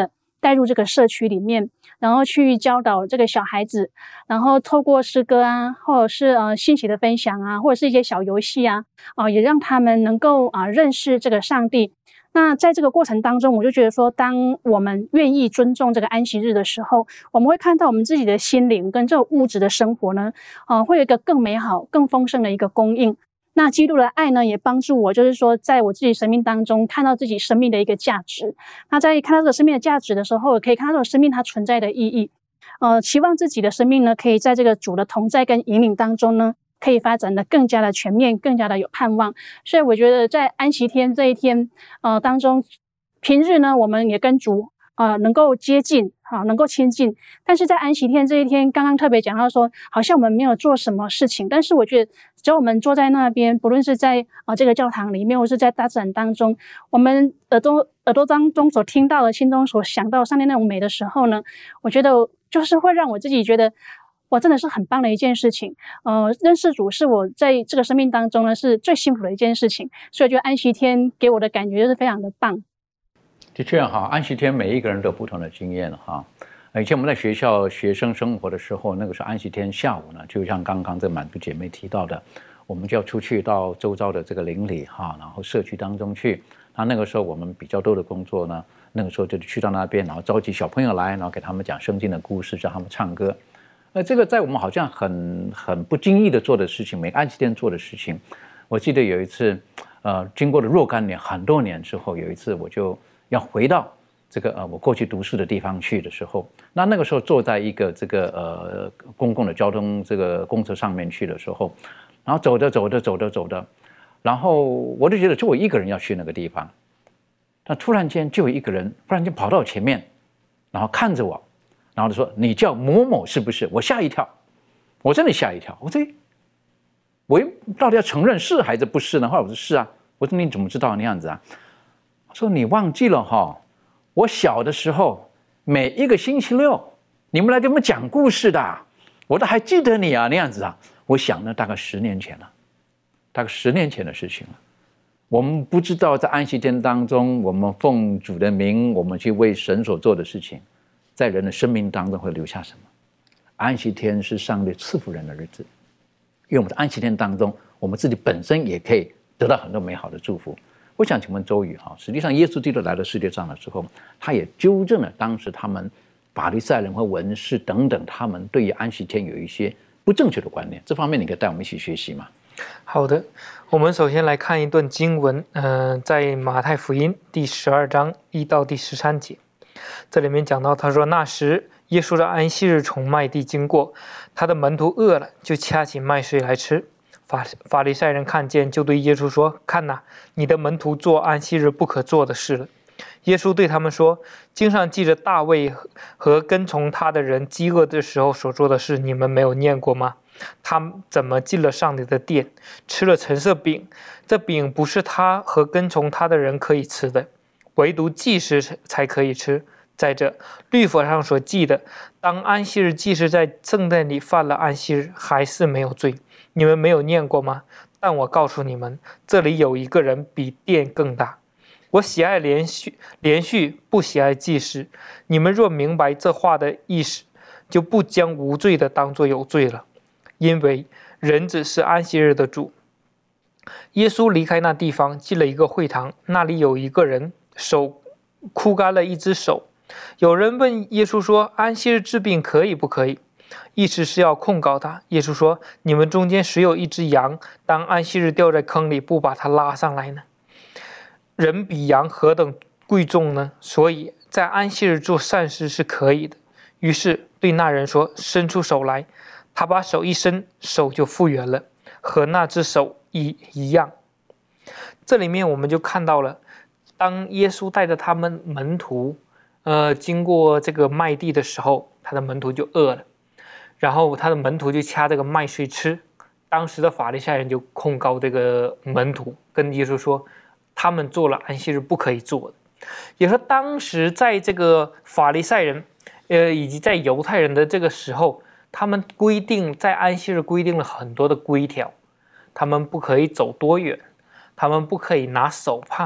带入这个社区里面，然后去教导这个小孩子，然后透过诗歌啊，或者是信息的分享啊，或者是一些小游戏啊，也让他们能够认识这个上帝。那在这个过程当中，我就觉得说，当我们愿意尊重这个安息日的时候，我们会看到我们自己的心灵跟这个物质的生活呢，会有一个更美好、更丰盛的一个供应。那基督的爱呢，也帮助我，就是说，在我自己生命当中看到自己生命的一个价值。那在看到这个生命的价值的时候，可以看到这个生命它存在的意义。期望自己的生命呢，可以在这个主的同在跟引领当中呢，可以发展的更加的全面，更加的有盼望。所以我觉得在安息天这一天当中，平日呢，我们也跟主能够接近能够亲近，但是在安息天这一天，刚刚特别讲到说，好像我们没有做什么事情，但是我觉得只要我们坐在那边，不论是在这个教堂里面，或是在大自然当中，我们耳朵当中所听到的，心中所想到上帝那种美的时候呢，我觉得就是会让我自己觉得哇，真的是很棒的一件事情。认识主是我在这个生命当中呢是最幸福的一件事情，所以我觉得安息天给我的感觉就是非常的棒。 的确哈，安息天每一个人都有不同的经验哈。以前我们在学校学生生活的时候，那个时候安息天下午呢，就像刚刚这满族姐妹提到的，我们就要出去到周遭的这个邻里哈，然后社区当中去。那个时候我们比较多的工作呢，那个时候就去到那边，然后召集小朋友来，然后给他们讲圣经的故事，叫他们唱歌。这个在我们好像很不经意的做的事情，每个安息天做的事情。我记得有一次，经过了若干年很多年之后，有一次我就要回到这个我过去读书的地方去的时候，那个时候坐在一个这个公共的交通这个公车上面去的时候，然后走着，然后我就觉得就我一个人要去那个地方，但突然间就有一个人突然间跑到前面，然后看着我，然后就说：“你叫某某是不是？”我吓一跳，我真的吓一跳，我到底要承认是还是不是呢？后来我说是啊，我说你怎么知道那样子啊？说你忘记了哈，我小的时候每一个星期六你们来给我们讲故事的，我都还记得你啊那样子啊。我想呢，大概10年前了，大概10年前的事情了。我们不知道在安息天当中，我们奉主的名，我们去为神所做的事情，在人的生命当中会留下什么？安息天是上帝赐福人的日子，因为我们在安息天当中，我们自己本身也可以得到很多美好的祝福。我想请问周宇哈，实际上耶稣基督来到世界上的时候，他也纠正了当时他们法利赛人和文士等等，他们对于安息天有一些不正确的观念。这方面你可以带我们一起学习吗？ 好的，我们首先来看一段经文，在马太福音第12章1到第13节，这里面讲到，他说那时耶稣的安息日从麦地经过，他的门徒饿了，就掐起麦穗来吃。法利赛人看见，就对耶稣说：“看哪，你的门徒做安息日不可做的事了。”耶稣对他们说：“经上记着大卫和跟从他的人饥饿的时候所做的事，你们没有念过吗？他怎么进了上帝的殿，吃了陈设饼？这饼不是他和跟从他的人可以吃的，唯独祭司才可以吃。再者，律法上所记的，当安息日祭司在圣殿里犯了安息日，还是没有罪。你们没有念过吗？但我告诉你们，这里有一个人比殿更大。我喜爱连续，不喜爱祭司。你们若明白这话的意思，就不将无罪的当作有罪了，因为人子是安息日的主。”耶稣离开那地方，进了一个会堂，那里有一个人手枯干了一只手。有人问耶稣说：“安息日治病可以不可以？”意思是要控告他。耶稣说：“你们中间谁有一只羊，当安息日掉在坑里，不把它拉上来呢？人比羊何等贵重呢？所以在安息日做善事是可以的。”于是对那人说：“伸出手来。”他把手一伸，手就复原了，和那只手一样。这里面我们就看到了，当耶稣带着他们门徒经过这个麦地的时候，他的门徒就饿了，然后他的门徒就掐这个麦穗吃。当时的法利赛人就控告这个门徒，跟耶稣说他们做了安息日不可以做的。也说当时在这个法利赛人以及在犹太人的这个时候，他们规定在安息日规定了很多的规条，他们不可以走多远，他们不可以拿手帕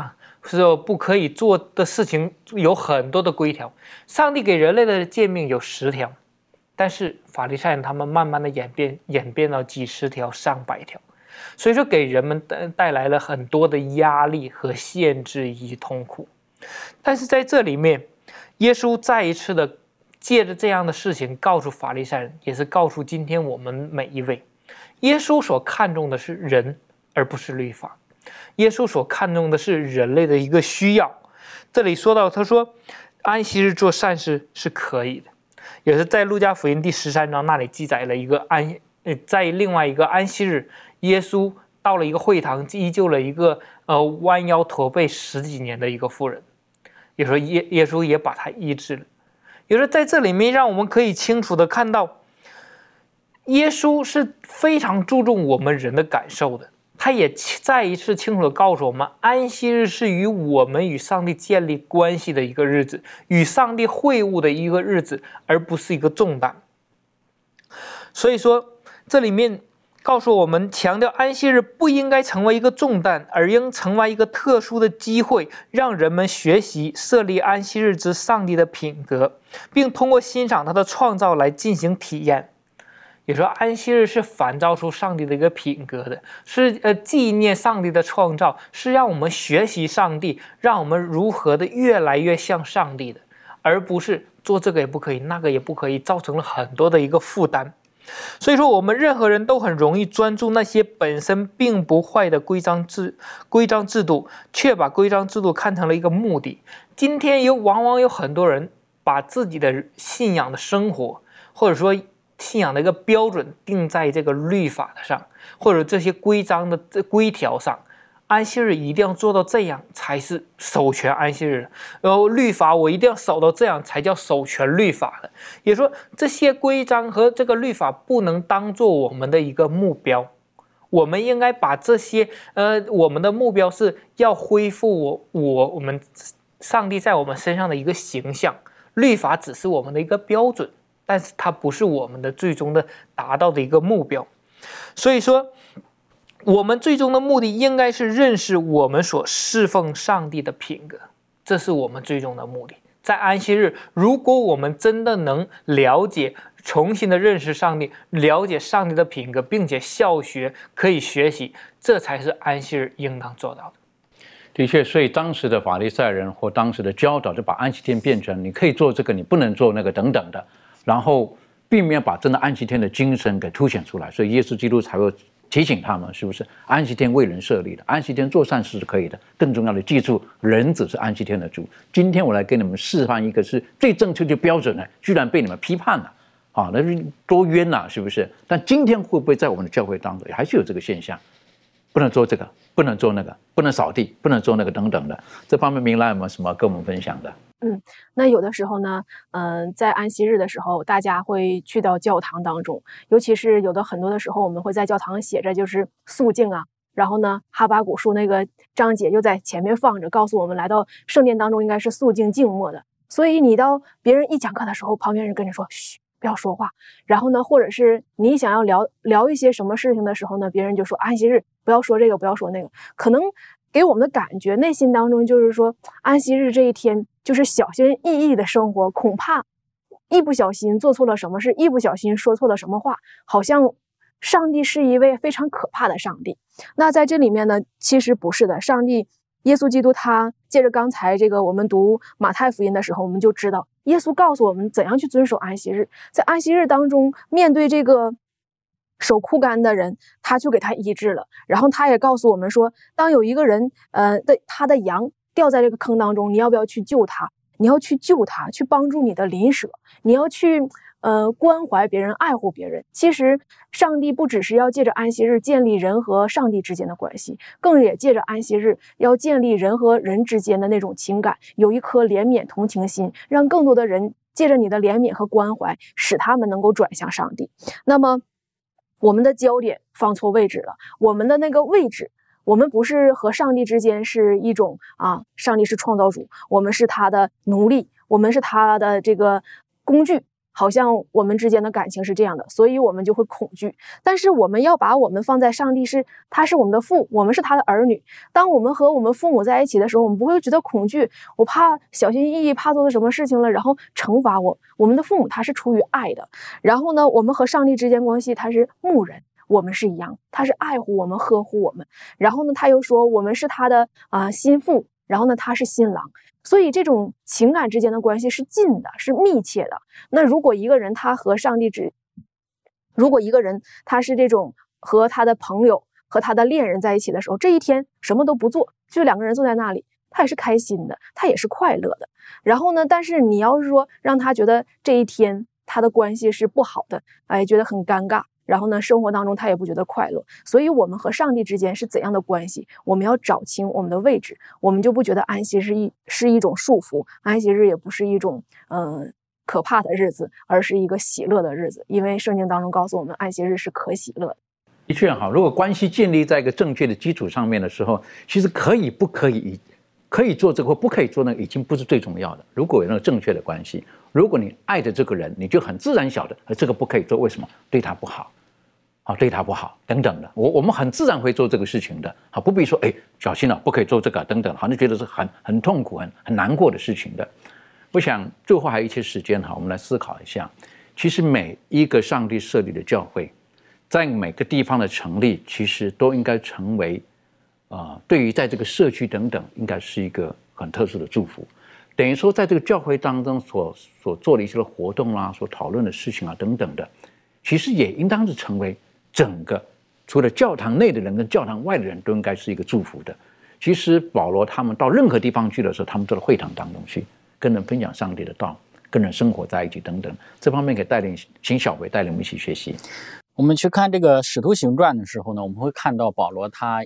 说不可以做的事情有很多的规条，上帝给人类的诫命有10条，但是法利赛人他们慢慢的演变到几十条、上百条，所以说给人们带来了很多的压力和限制以及痛苦。但是在这里面，耶稣再一次的借着这样的事情告诉法利赛人，也是告诉今天我们每一位，耶稣所看重的是人，而不是律法。耶稣所看重的是人类的一个需要。这里说到，他说安息日做善事是可以的，也是在路加福音第13章那里记载了一个在另外一个安息日，耶稣到了一个会堂，依旧了一个弯腰驼背10几年的一个妇人，也说耶稣也把他医治了。也就是在这里面，让我们可以清楚的看到，耶稣是非常注重我们人的感受的。他也再一次清楚地告诉我们，安息日是我们与上帝建立关系的一个日子，与上帝会晤的一个日子，而不是一个重担。所以说，这里面告诉我们，强调安息日不应该成为一个重担，而应成为一个特殊的机会，让人们学习设立安息日之上帝的品格，并通过欣赏他的创造来进行体验。也说安息日是反照出上帝的一个品格的，是纪念上帝的创造，是让我们学习上帝，让我们如何的越来越像上帝的，而不是做这个也不可以，那个也不可以，造成了很多的一个负担。所以说我们任何人都很容易专注那些本身并不坏的规章制度，却把规章制度看成了一个目的。今天往往有很多人把自己的信仰的生活，或者说信仰的一个标准定在这个律法的上，或者这些规章的规条上。安息日一定要做到这样才是守全安息日，然后律法我一定要守到这样才叫守全律法的。也说这些规章和这个律法不能当做我们的一个目标，我们应该把这些我们的目标是要恢复我们上帝在我们身上的一个形象。律法只是我们的一个标准，但是它不是我们的最终的达到的一个目标。所以说我们最终的目的应该是认识我们所侍奉上帝的品格，这是我们最终的目的。在安息日，如果我们真的能了解，重新的认识上帝，了解上帝的品格，并且效学，可以学习，这才是安息日应当做到的。 的确，所以当时的法利赛人或当时的教导就把安息天变成你可以做这个，你不能做那个等等的，然后并没有把真的安息天的精神给凸显出来。所以耶稣基督才会提醒他们，是不是安息天为人设立的，安息天做善事是可以的，更重要的记住，人子是安息天的主。今天我来给你们示范一个是最正确的标准呢，居然被你们批判了，那是多冤呐，是不是？但今天会不会在我们的教会当中还是有这个现象？不能做这个，不能做那个，不能扫地，不能做那个等等的，这方面明兰有没有什么跟我们分享的？ 那有的时候呢，在安息日的时候，大家会去到教堂当中，尤其是很多的时候，我们会在教堂写着就是肃静啊，然后呢，哈巴谷书那个章节又在前面放着，告诉我们来到圣殿当中应该是肃静静默的。所以你到别人一讲课的时候，旁边人跟着说嘘，不要说话。然后呢，或者是你想要聊一些什么事情的时候呢，别人就说安息日不要说这个，不要说那个，可能给我们的感觉内心当中就是说安息日这一天就是小心翼翼的生活，恐怕一不小心做错了什么事，一不小心说错了什么话，好像上帝是一位非常可怕的上帝。那在这里面呢，其实不是的，上帝耶稣基督他借着刚才这个我们读马太福音的时候，我们就知道耶稣告诉我们怎样去遵守安息日。在安息日当中，面对这个手枯干的人，他就给他医治了。然后他也告诉我们说，当有一个人他的羊掉在这个坑当中，你要不要去救他？你要去救他，去帮助你的邻舍，你要去关怀别人，爱护别人。其实上帝不只是要借着安息日建立人和上帝之间的关系，更也借着安息日要建立人和人之间的那种情感，有一颗怜悯同情心，让更多的人借着你的怜悯和关怀，使他们能够转向上帝。那么我们的焦点放错位置了，我们的那个位置，我们不是和上帝之间是一种上帝是创造主，我们是他的奴隶，我们是他的这个工具， 好像我们之间的感情是这样的，所以我们就会恐惧。但是我们要把我们放在上帝他是我们的父，我们是他的儿女。当我们和我们父母在一起的时候，我们不会觉得恐惧，我怕小心翼翼，怕做什么事情了，然后惩罚我。我们的父母他是出于爱的，然后呢，我们和上帝之间关系他是牧人。我们是一样，他是爱护我们，呵护我们。然后呢，他又说我们是他的心腹，然后呢，他是新郎。所以这种情感之间的关系是近的，是密切的。那如果一个人他和上帝如果一个人他是这种和他的朋友和他的恋人在一起的时候，这一天什么都不做，就两个人坐在那里，他也是开心的，他也是快乐的。然后呢，但是你要是说让他觉得这一天他的关系是不好的，觉得很尴尬，然后呢，生活当中他也不觉得快乐。所以我们和上帝之间是怎样的关系，我们要找清我们的位置，我们就不觉得安息是一种束缚，安息日也不是一种可怕的日子，而是一个喜乐的日子。因为圣经当中告诉我们，安息日是可喜乐的。 的确好，如果关系建立在一个正确的基础上面的时候，其实可以不可以，可以做这个或不可以做那个，已经不是最重要的。如果有那个正确的关系，如果你爱着这个人，你就很自然晓得，这个不可以做，为什么？对他不好，对他不好等等的。我们很自然会做这个事情的，不必说小心了，不可以做这个等等，好像觉得是很痛苦、很难过的事情的。我想最后还有一些时间，我们来思考一下。其实每一个上帝设立的教会，在每个地方的成立，其实都应该成为对于在这个社区等等，应该是一个很特殊的祝福。等于说，在这个教会当中所做的一些活动啦，所讨论的事情等等的，其实也应当是成为整个除了教堂内的人跟教堂外的人都应该是一个祝福的。其实保罗他们到任何地方去的时候，他们都到会堂当中去，跟人分享上帝的道，跟人生活在一起等等。这方面可以带领请小维带领我们一起学习。 我们去看这个《使徒行传》的时候呢，我们会看到保罗他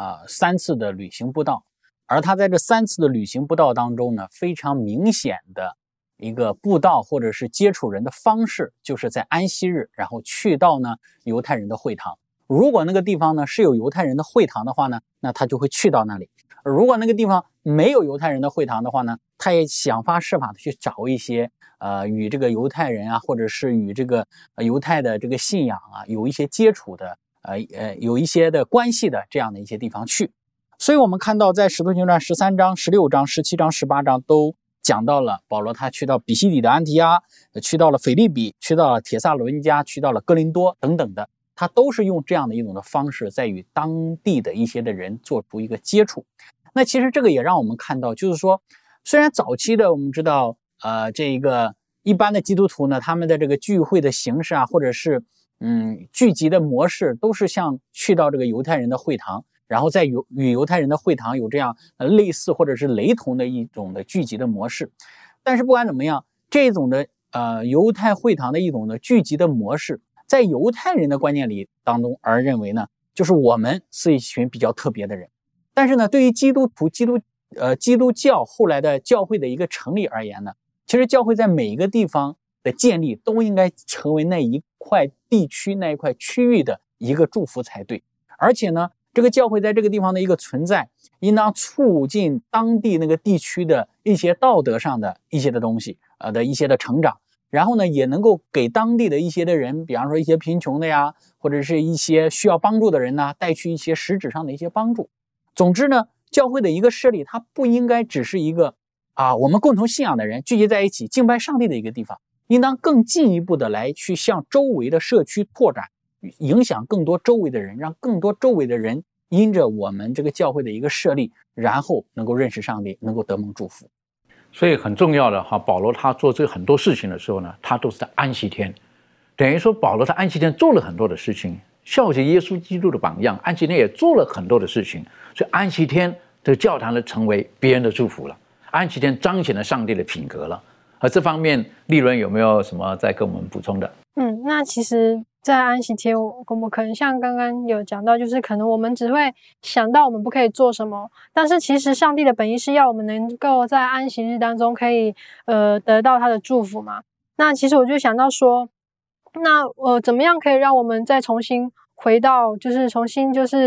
3次的旅行布道，而他在这3次的旅行布道当中呢，非常明显的一个布道或者是接触人的方式，就是在安息日，然后去到呢犹太人的会堂。如果那个地方呢是有犹太人的会堂的话呢，那他就会去到那里；如果那个地方没有犹太人的会堂的话呢，他也想方设法的去找一些与这个犹太人或者是与这个犹太的这个信仰有一些接触的有一些的关系的这样的一些地方去。所以我们看到在使徒行传13章、16章、17章、18章都讲到了保罗他去到比西底的安提阿，去到了腓立比，去到了帖撒罗尼迦，去到了哥林多等等的，他都是用这样的一种的方式在与当地的一些的人做出一个接触。那其实这个也让我们看到，就是说虽然早期的我们知道这一个一般的基督徒呢，他们的这个聚会的形式或者是聚集的模式都是像去到这个犹太人的会堂，然后在与犹太人的会堂有这样类似或者是雷同的一种的聚集的模式。但是不管怎么样，这种的犹太会堂的一种的聚集的模式，在犹太人的观念里当中而认为呢，就是我们是一群比较特别的人。但是呢，对于基督徒基督教后来的教会的一个成立而言呢，其实教会在每一个地方的建立都应该成为那一块地区那一块区域的一个祝福才对。而且呢，这个教会在这个地方的一个存在，应当促进当地那个地区的一些道德上的一些的东西的一些的成长，然后呢，也能够给当地的一些的人，比方说一些贫穷的呀，或者是一些需要帮助的人呢，带去一些实质上的一些帮助。总之呢，教会的一个设立，它不应该只是一个我们共同信仰的人聚集在一起敬拜上帝的一个地方，应当更进一步的来去向周围的社区拓展，影响更多周围的人，让更多周围的人因着我们这个教会的一个设立，然后能够认识上帝，能够得蒙祝福。 所以很重要的保罗他做这很多事情的时候呢，他都是在安息天，等于说保罗在安息天做了很多的事情，效学耶稣基督的榜样，安息天也做了很多的事情。所以安息天这个教堂呢，成为别人的祝福了，安息天彰显了上帝的品格了。而这方面立伦有没有什么再跟我们补充的？ 那其实在安息天我们可能像刚刚有讲到，就是可能我们只会想到我们不可以做什么，但是其实上帝的本意是要我们能够在安息日当中可以得到他的祝福嘛。那其实我就想到说，那怎么样可以让我们再重新回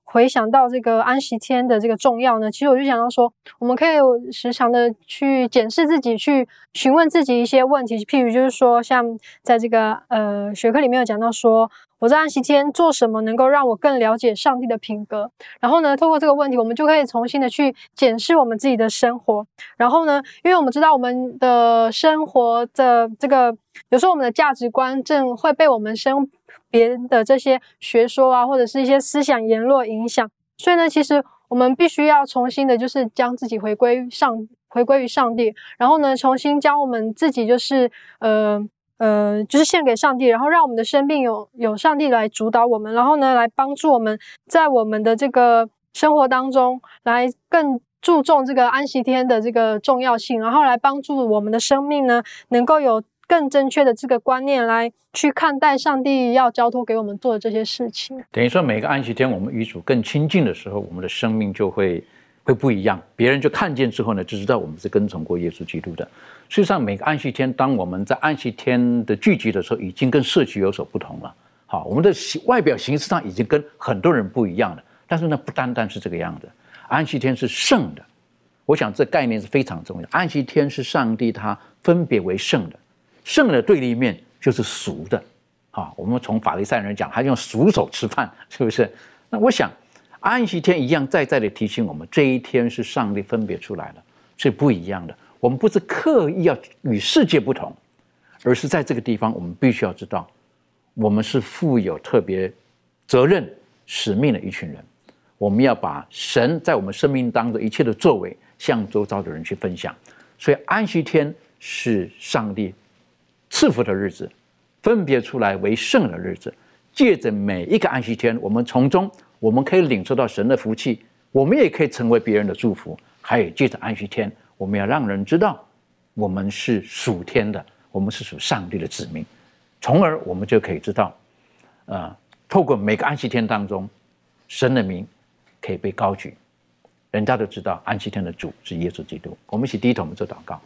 回想到这个安息天的这个重要呢？其实我就想到说，我们可以时常的去检视自己，去询问自己一些问题，譬如就是说，像在这个学科里面有讲到说，我在安息天做什么能够让我更了解上帝的品格？然后呢，透过这个问题，我们就可以重新的去检视我们自己的生活。然后呢，因为我们知道我们的生活的这个，有时候我们的价值观正会被我们别人的这些学说啊，或者是一些思想言论影响，所以呢，其实我们必须要重新的，就是将自己回归于上帝，然后呢，重新将我们自己就是就是献给上帝，然后让我们的生命有上帝来主导我们，然后呢，来帮助我们在我们的这个生活当中来更注重这个安息天的这个重要性，然后来帮助我们的生命呢，能够有更正确的这个观念来去看待上帝要交托给我们做的这些事情。 等于说每个安息天我们与主更亲近的时候，我们的生命就会不一样，别人就看见之后呢，就知道我们是跟从过耶稣基督的。实际上每个安息天，当我们在安息天的聚集的时候，已经跟社区有所不同了。好，我们的外表形式上已经跟很多人不一样了，但是呢，不单单是这个样子。安息天是圣的，我想这概念是非常重要。安息天是上帝他分别为圣的，圣的对立面就是俗的。好，我们从法利赛人讲，他用俗手吃饭，是不是？那我想安息天一样再的提醒我们，这一天是上帝分别出来的，是不一样的。我们不是刻意要与世界不同，而是在这个地方我们必须要知道，我们是负有特别责任使命的一群人。我们要把神在我们生命当中一切的作为向周遭的人去分享。所以安息天是上帝赐福的日子，分别出来为圣的日子。借着每一个安息天，我们从中我们可以领受到神的福气，我们也可以成为别人的祝福。还有借着安息天，我们要让人知道我们是属天的，我们是属上帝的子民，从而我们就可以知道透过每个安息天当中，神的名可以被高举，人家都知道安息天的主是耶稣基督。我们一起低头，我们做祷告。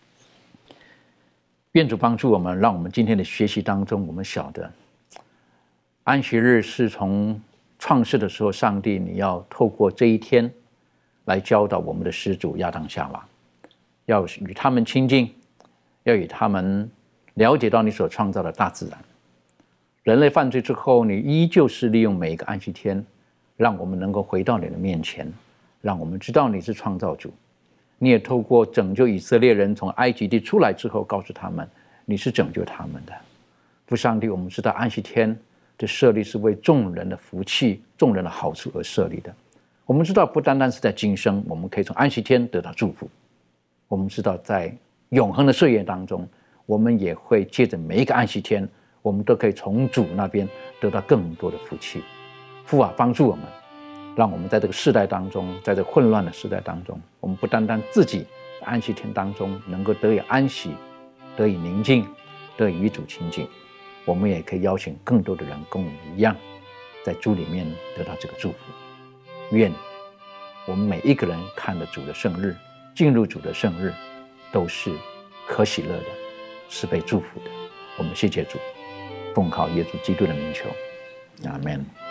愿主帮助我们，让我们今天的学习当中，我们晓得安息日是从创世的时候，上帝你要透过这一天来教导我们的始祖亚当夏娃，要与他们亲近，要与他们了解到你所创造的大自然。人类犯罪之后，你依旧是利用每一个安息天，让我们能够回到你的面前，让我们知道你是创造主。你也透过拯救以色列人从埃及地出来之后，告诉他们你是拯救他们的。父上帝，我们知道安息天的设立是为众人的福气、众人的好处而设立的。我们知道不单单是在今生我们可以从安息天得到祝福，我们知道在永恒的岁月当中，我们也会借着每一个安息天，我们都可以从主那边得到更多的福气。父啊，帮助我们，让我们在这个世代当中，在这个混乱的时代当中，我们不单单自己在安息天当中能够得以安息，得以宁静，得以与主亲近，我们也可以邀请更多的人跟我们一样，在主里面得到这个祝福。愿我们每一个人看了主的圣日，进入主的圣日，都是可喜乐的，是被祝福的。我们谢谢主，奉靠耶稣基督的名求，阿们。